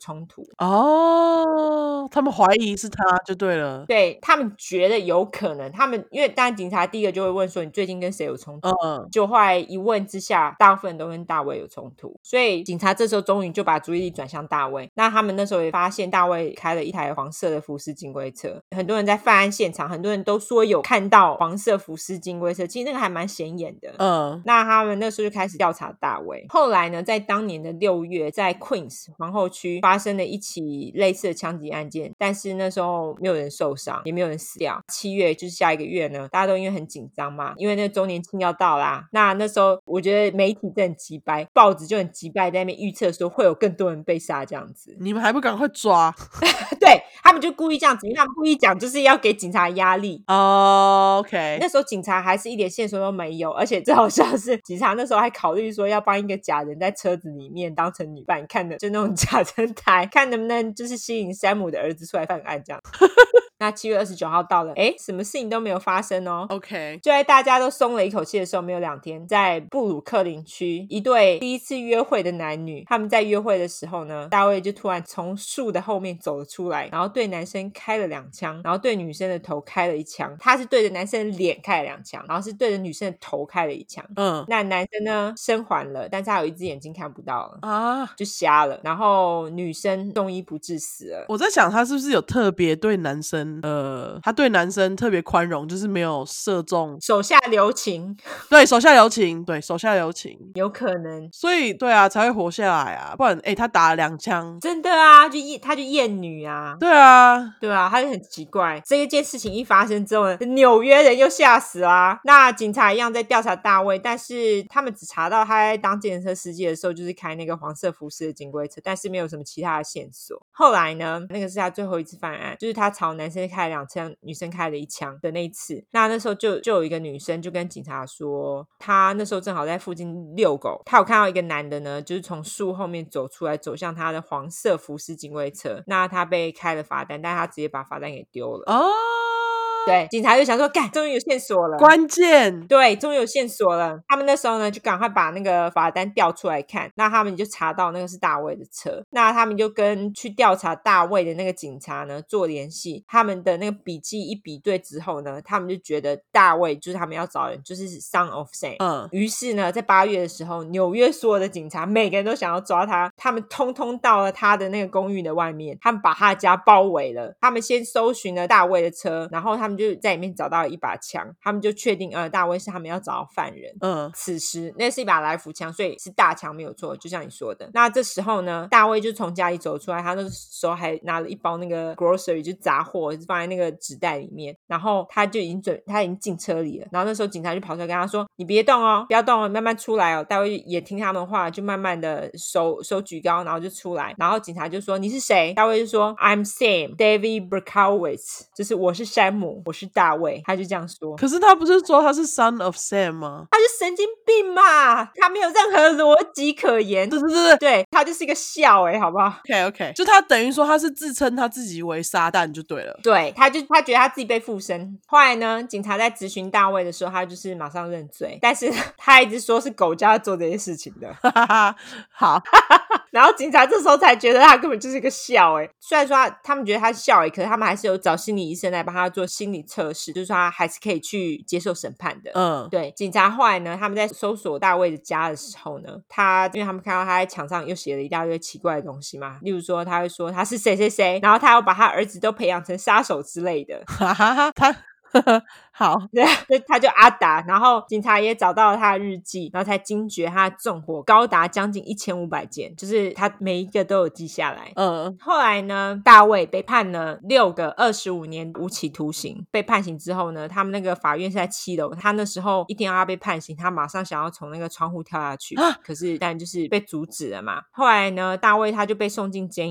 冲突。 哦，他们怀疑是他就对了。 对，他们觉得有可能，他们因为当然警察第一个就会问说你最近跟谁有冲突， 嗯， 就后来一问之下，大部分都跟大卫有冲突，所以警察这时候终于就把注意力转向大卫。那他们那时候也发现大卫开了一台黄色的福斯金龟车，很多人在犯案现场，很多人都说有看到黄色福斯金龟车，其实那个还蛮显眼的。 嗯， 那他们那时候就开始调查大卫。后来呢，在当年的六月，在 Queens 皇后区发生了一起类似的枪击案件，但是那时候没有人受伤，也没有人死掉。七月就是下一个月呢，大家都因为很紧张嘛，因为那个周年庆要到啦。那那时候我觉得媒体真的很急掰，报纸就很急掰，在那边预测说会有更多人被杀这样子。 你们还不赶快抓？ 对，他们就故意这样子，因为他们故意讲就是要给警察压力。 哦、OK， 那时候警察还是一点线索都没有，而且最好笑的是，警察那时候还考虑说要帮一个假人在车子里面当成女伴，看的就那种假侦台，看能不能就是吸引山姆的儿子出来犯案这样。那七月二十九号到了，诶，什么事情都没有发生哦。 OK， 就在大家都松了一口气的时候，没有两天，在布鲁克林区，一对第一次约会的男女，他们在约会的时候呢，大卫就突然从树的后面走了出来，然后对男生开了两枪，然后对女生的头开了一枪。他是对着男生的脸开了两枪，然后是对着女生的头开了一枪。 嗯， 那男生呢生还了，但是他有一只眼睛看不到了啊， 就瞎了，然后女生中医不治死了。 我在想他是不是有特别对男生，呃，他对男生特别宽容，就是没有射中， 手下留情， 对，手下留情，对，手下留情， 有可能。 所以对啊，才会活下来啊，不然，哎、他打了两枪， 真的啊，就厌他就厌女啊。 对啊， 对啊，他就很奇怪。这一件事情一发生之后呢，纽约人又吓死啦、那警察一样在调查大卫，但是他们只查到他在当计程车司机的时候就是开那个黄色福斯的金龟车，但是没有什么其他的线索。后来呢，那个是他最后一次犯案，就是他朝男生开了两枪，女生开了一枪的那一次。那那时候就就有一个女生就跟警察说，她那时候正好在附近遛狗，她有看到一个男的呢，就是从树后面走出来，走向他的黄色福斯金龟车。那他被开了罚单，但他直接把罚单给丢了。 哦， 对，警察就想说，干，终于有线索了， 关键， 对，终于有线索了。他们那时候呢，就赶快把那个罚单调出来看，那他们就查到那个是大卫的车。那他们就跟去调查大卫的那个警察呢做联系，他们的那个笔记一比对之后呢，他们就觉得大卫就是他们要找人，就是 Son of Sam。 嗯， 于是呢，在八月的时候，纽约所有的警察每个人都想要抓他，他们通通到了他的那个公寓的外面，他们把他的家包围了。他们先搜寻了大卫的车，然后他们就在里面找到了一把枪，他们就确定呃大卫是他们要找到犯人。 嗯， 此时那是一把来福枪，所以是大枪没有错，就像你说的。那这时候呢，大卫就从家里走出来，他那时候还拿了一包那个 grocery 就杂货放在那个纸袋里面，然后他就已经准他已经进车里了。然后那时候警察就跑出来跟他说，你别动哦，不要动哦，慢慢出来哦。大卫也听他们话，就慢慢的手手举高，然后就出来。然后警察就说，你是谁？大卫就说 I'm Sam David Berkowitz， 就是我是山姆，我是大卫。他就这样说。 可是他不是说他是 Son of Sam 吗？ 他是神经病嘛，他没有任何逻辑可言。 对对对对对，他就是一个笑欸，好不好？ ，OK OK，就他等于说他是自称他自己为撒旦就对了。 对，他就他觉得他自己被附身。后来呢，警察在质询大卫的时候，他就是马上认罪，但是他一直说是狗叫他做这些事情的。 哈哈哈，好， 然后警察这时候才觉得他根本就是一个笑欸。虽然说他他们觉得他笑欸，可是他们还是有找心理医生来帮他做心理测试，就是说他还是可以去接受审判的。 嗯， 对，警察后来呢，他们在搜索大卫的家的时候呢，他因为他们看到他在墙上又写了一大堆奇怪的东西嘛，例如说他会说他是谁谁谁，然后他要把他儿子都培养成杀手之类的。 哈哈哈，他好， 对，所以他就阿达，然后警察也找到了他的日记，然后才惊觉他的纵火高达将近一千五百件，就是他每一个都有记下来。 嗯， 后来呢，大卫被判了六个二十五年无期徒刑。被判刑之后呢，他们那个法院是在七楼，他那时候一听到他被判刑，他马上想要从那个窗户跳下去， 啊可是但就是被阻止了嘛。后来呢，大卫他就被送进监狱，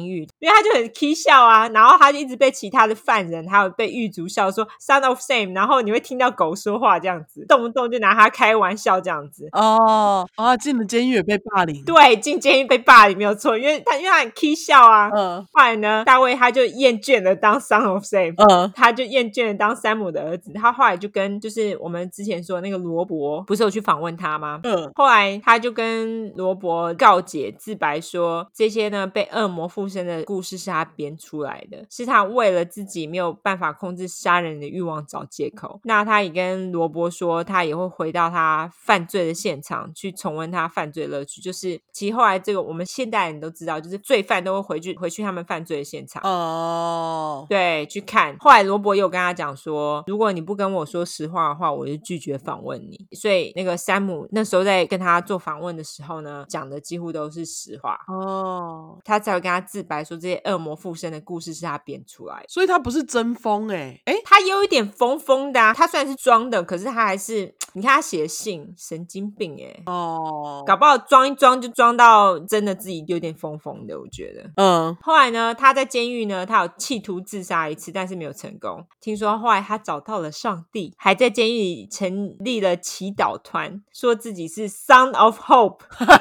因为他就很 k 笑啊，然后他就一直被其他的犯人还有被狱卒笑说 son of Sam， 然后你会听到狗说话这样子，动不动就拿他开玩笑这样子。 哦，哦，进了监狱也被霸凌。 对，进监狱被霸凌没有错，因为他因为他很 k 笑啊。 嗯， 后来呢，大卫他就厌倦了当 son of Sam， 嗯， 他就厌倦了当山姆的儿子。他后来就跟就是我们之前说的那个罗伯，不是有去访问他吗？ 嗯， 后来他就跟罗伯告解自白说，这些呢被恶魔附身的故事是他编出来的，是他为了自己没有办法控制杀人的欲望找借口。那他也跟罗伯说，他也会回到他犯罪的现场去重温他犯罪乐趣，就是其实后来这个我们现代人都知道，就是罪犯都会回去回去他们犯罪的现场， 哦， 对，去看。后来罗伯也有跟他讲说，如果你不跟我说实话的话，我就拒绝访问你。所以那个山姆那时候在跟他做访问的时候呢，讲的几乎都是实话， 哦， 他才会跟他自白说这些恶魔附身的故事是他编出来的。 所以他不是真疯欸。诶他也有一点疯疯的啊，他虽然是装的，可是他还是，你看他写的信，神经病耶。 哦， 搞不好装一装就装到真的自己有点疯疯的，我觉得。 嗯， 后来呢，他在监狱呢，他有企图自杀一次，但是没有成功。听说后来他找到了上帝，还在监狱里成立了祈祷团，说自己是 Son of Hope。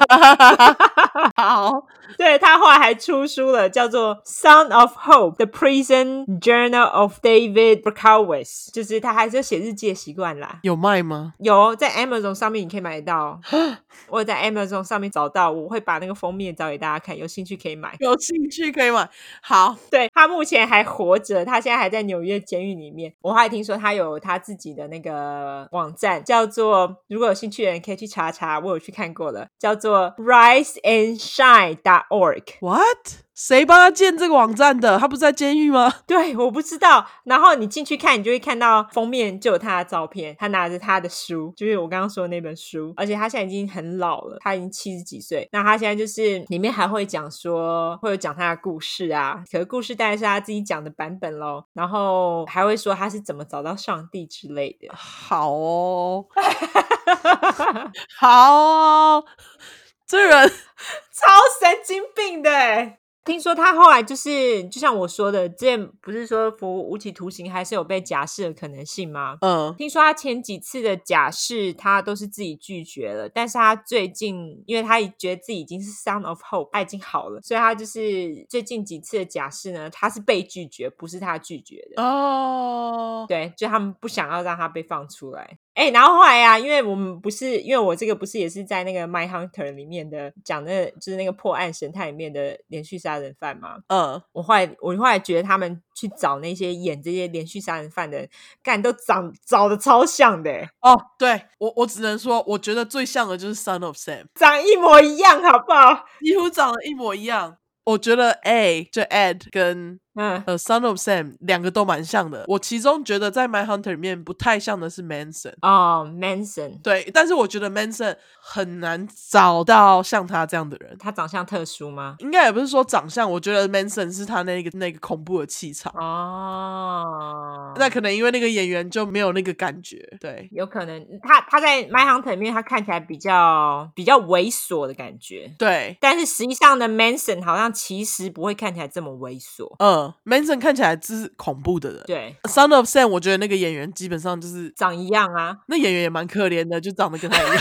好， 对，他后来还出书了，叫做 Son of Hope: The Prison Journal of David Berkowitz， 就是他还是有写日记的习惯啦。 有卖吗？ 有，在 Amazon 上面你可以买得到。我有在 Amazon 上面找到，我会把那个封面找给大家看，有兴趣可以买。 有兴趣可以买。好， 对，他目前还活着，他现在还在纽约监狱里面。我还听说他有他自己的那个网站，叫做，如果有兴趣的人可以去查查，我有去看过了，叫做 rise and shine dot org。 What？ 谁帮他建这个网站的？他不是在监狱吗？ 对，我不知道。然后你进去看，你就会看到封面就有他的照片，他拿着他的书，就是我刚刚说的那本书，而且他现在已经很老了，他已经七十几岁。那他现在就是里面还会讲说，会有讲他的故事啊，可是故事当然是他自己讲的版本咯，然后还会说他是怎么找到上帝之类的。 好哦，好哦，这人超神经病的耶。听说他后来就是就像我说的，之前不是说服无期徒刑还是有被假释的可能性吗？ 嗯， 听说他前几次的假释他都是自己拒绝了，但是他最近因为他觉得自己已经是 Son of Hope， 他已经好了，所以他就是最近几次的假释呢，他是被拒绝，不是他拒绝的。 哦， 对，就他们不想要让他被放出来。哎、欸，然后后来啊，因为我们不是，因为我这个不是也是在那个 My Hunter 里面的讲的，就是那个破案神探里面的连续杀人犯嘛。 嗯， 我后来我后来觉得他们去找那些演这些连续杀人犯的人，干都长找的超像的。 哦，对，我我只能说，我觉得最像的就是 Son of Sam， 长一模一样，好不好？ 几乎长得一模一样。我觉得 A 就 Ed 跟嗯呃 Son of Sam 两个都蛮像的。我其中觉得在 My Hunter 里面不太像的是 Manson。 哦 Manson， 对，但是我觉得 Manson 很难找到像他这样的人。 他长相特殊吗？ 应该也不是说长相，我觉得 Manson 是他那个那个恐怖的气场。 哦， 那可能因为那个演员就没有那个感觉。对， 有可能他他在 My Hunter 里面他看起来比较比较猥琐的感觉。 对， 但是实际上的 Manson 好像其实不会看起来这么猥琐。 嗯 Manson 看起来是恐怖的人。 对， Son of Sam 我觉得那个演员基本上就是长一样啊。 那演员也蛮可怜的，就长得跟他一样。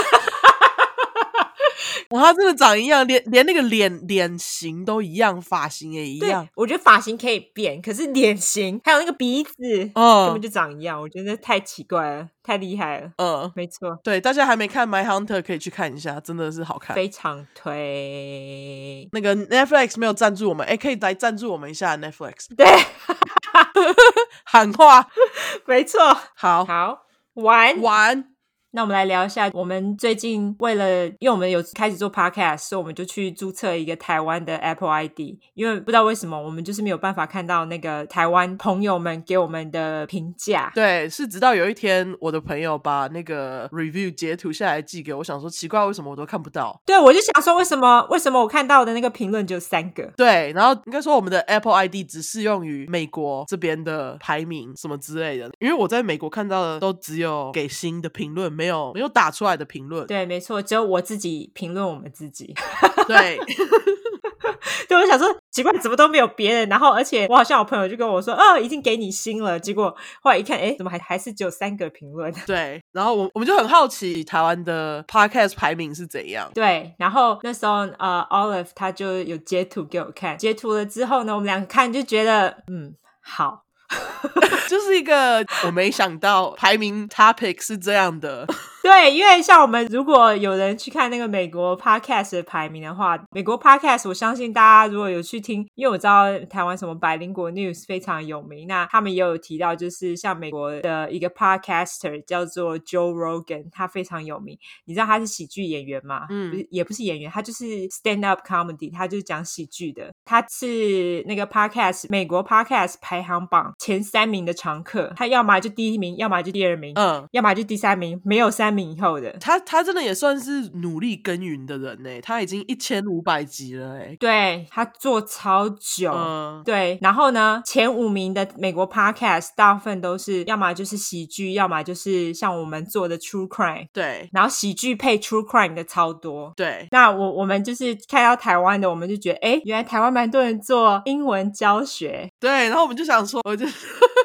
哇，他真的长一样，连连那个脸脸型都一样，发型也一样。 我觉得发型可以变，可是脸型还有那个鼻子， 嗯， 根本就长一样。我觉得太奇怪了，太厉害了。 嗯， 没错， 对，大家还没看 My Hunter 可以去看一下，真的是好看， 非常推。 那个 Netflix 没有赞助我们，哎，可以来赞助我们一下 Netflix。 对， 喊话， 没错。 好， 好玩玩。 那我们来聊一下，我们最近为了，因为我们有开始做 podcast， 所以我们就去注册一个台湾的 Apple I D， 因为不知道为什么我们就是没有办法看到那个台湾朋友们给我们的评价。 对，是直到有一天我的朋友把那个 review 截图下来寄给我，我想说奇怪为什么我都看不到。 对，我就想说为什么为什么我看到的那个评论只有三个。 对，然后应该说我们的 Apple I D 只适用于美国这边的排名什么之类的，因为我在美国看到的都只有给星的评论，没有没有打出来的评论。 对，没错，只有我自己评论我们自己。 对。 对，我想说奇怪怎么都没有别人，然后而且我好像有朋友就跟我说哦已经给你星了，结果后来一看诶怎么还还是只有三个评论。 对，然后我我们就很好奇台湾的 podcast 排名是怎样。 对，然后那时候呃 Olive 他就有截图给我看，截图了之后呢我们两个看就觉得嗯好就是一个我没想到排名 topic 是这样的。 对，因为像我们如果有人去看那个美国 podcast 的排名的话，美国 podcast 我相信大家如果有去听，因为我知道台湾什么百灵果 news 非常有名，那他们也有提到就是像美国的一个 podcaster 叫做 Joe Rogan， 他非常有名，你知道他是喜剧演员吗？嗯，不是，也不是演员，他就是 stand up comedy， 他就是讲喜剧的，他是那个 podcast 美国 podcast 排行榜前三名的常客，他要么就第一名，要么就第二名，嗯，要么就第三名，没有三名以后的。 他他真的也算是努力耕耘的人耶，他已经一千五百集了耶。 对，他做超久、嗯、对，然后呢前五名的美国 podcast 大部分都是要么就是喜剧，要么就是像我们做的 true crime。 对， 然后喜剧配 true crime 的超多。 对， 那我我们就是看到台湾的，我们就觉得诶原来台湾蛮多人做英文教学。 对，然后我们就想说我就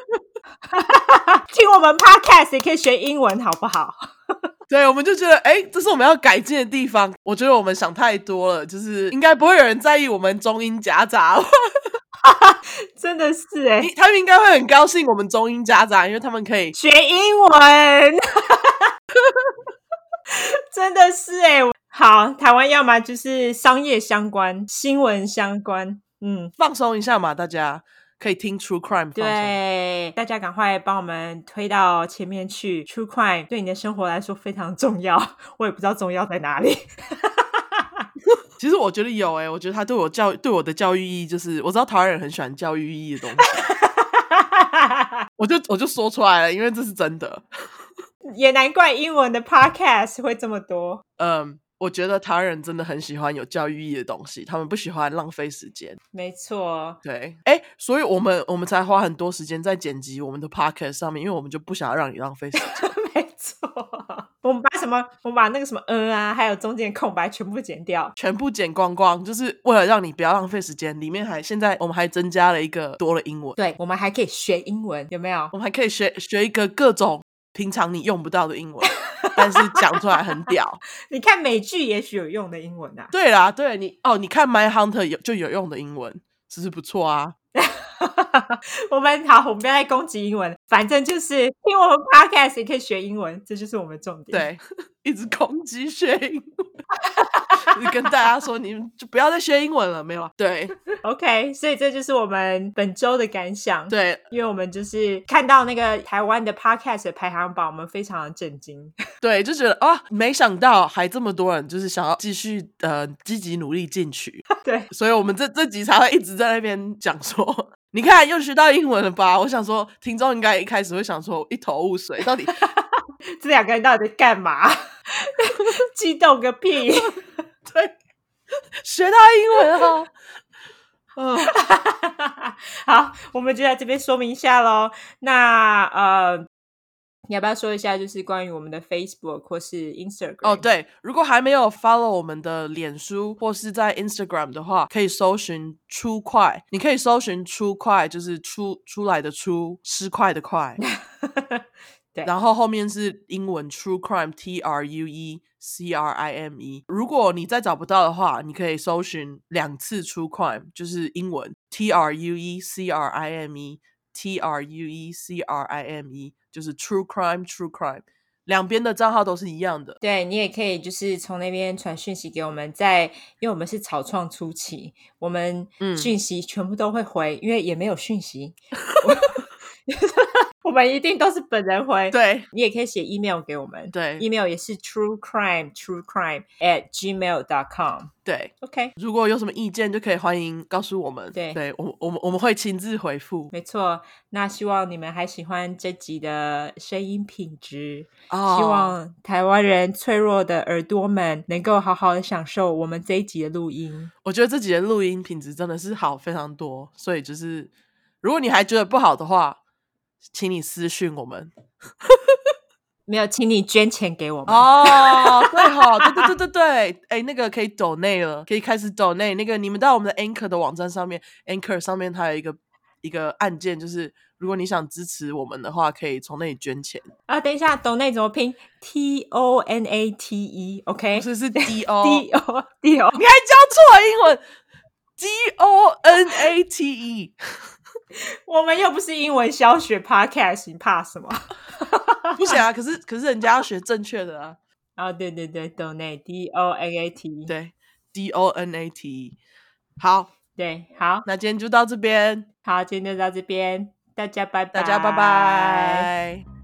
听我们 podcast 也可以学英文好不好？ 对，我们就觉得诶这是我们要改进的地方。我觉得我们想太多了，就是应该不会有人在意我们中英夹杂。 真的是耶， 他们应该会很高兴我们中英夹杂，因为他们可以学英文。真的是耶，好，台湾要么就是商业相关，新闻相关，嗯， 放松一下嘛，大家可以听 True Crime。 对，大家赶快帮我们推到前面去， True Crime 对你的生活来说非常重要，我也不知道重要在哪里。 其实我觉得有诶、欸、我觉得他对我教对我的教育意义，就是我知道台湾人很喜欢教育意义的东西。我就我就说出来了，因为这是真的。 也难怪英文的 podcast 会这么多。 嗯，我觉得台湾人真的很喜欢有教育意义的东西，他们不喜欢浪费时间。 没错， 对，哎，所以我们我们才花很多时间在剪辑我们的 podcast 上面，因为我们就不想要让你浪费时间。 没错，我们把什么我们把那个什么嗯啊还有中间空白全部剪掉， 全部剪光光，就是为了让你不要浪费时间。里面还现在我们还增加了一个多了英文， 对，我们还可以学英文，有没有？ 我们还可以学学一个各种平常你用不到的英文，但是讲出来很屌。 你看美剧也许有用的英文啊。 对啦，对你哦，你看 My Hunter 有就有用的英文，是不是不错啊？ 我们好，我们不要再攻击英文，反正就是听我们 podcast 也可以学英文，这就是我们重点。 对，一直攻击学英文，跟大家说你们就不要再学英文了，没有啊？对 ，OK， 所以这就是我们本周的感想。 对， 因为我们就是看到那个台湾的 podcast 的排行榜，我们非常的震惊。 对，就觉得啊，没想到还这么多人就是想要继续呃积极努力进取。 对， 所以我们这这集才会一直在那边讲说，你看又学到英文了吧？我想说，听众应该一开始会想说一头雾水，到底这两个人到底在干嘛？激动个屁！ 对，学到英文了。嗯， 好，我们就在这边说明一下咯。那呃，你要不要说一下就是关于我们的 Facebook 或是 Instagram？ 哦，对，如果还没有 follow 我们的脸书或是在 Instagram 的话，可以搜寻出快，你可以搜寻出快，就是出出来的出，失快的快。对，然后后面是英文 True Crime T R U E C R I M E。 如果你再找不到的话，你可以搜寻两次 True Crime， 就是英文 T R U E C R I M E T R U E C R I M E， 就是 True Crime True Crime， 两边的账号都是一样的。 对，你也可以就是从那边传讯息给我们，在因为我们是草创初期，我们讯息全部都会回、嗯、因为也没有讯息我们一定都是本人回。 对， 你也可以写 email 给我们， 对， email 也是 truecrime truecrime at gmail dot com。 对 OK， 如果有什么意见就可以欢迎告诉我们。 对， 对，我我们我们会亲自回复。 没错，那希望你们还喜欢这集的声音品质、 哦、 希望台湾人脆弱的耳朵们能够好好的享受我们这一集的录音。 我觉得这集的录音品质真的是好非常多，所以就是如果你还觉得不好的话，请你私讯我们。 没有，请你捐钱给我们。 哦，对齁，对对对对对，哎，那个可以donate了，可以开始donate。那个你们到我们的 Anchor 的网站上面 ，Anchor 上面它有一个一个按键，就是如果你想支持我们的话，可以从那里捐钱。 啊，等一下 donate 怎么拼 ？T O N A T E，OK？、 不是，是 D O D O D O， 你还教错英文 ，D O N A T E。 我们又不是英文小学 podcast， 你怕什么？ 不行啊，可是可是人家要学正确的啊。 哦，对对对 ，donate D O N A T E， 对 ，D O N A T E。好， 对，好， 那今天就到这边， 好，今天就到这边，大家拜拜， 大家拜拜。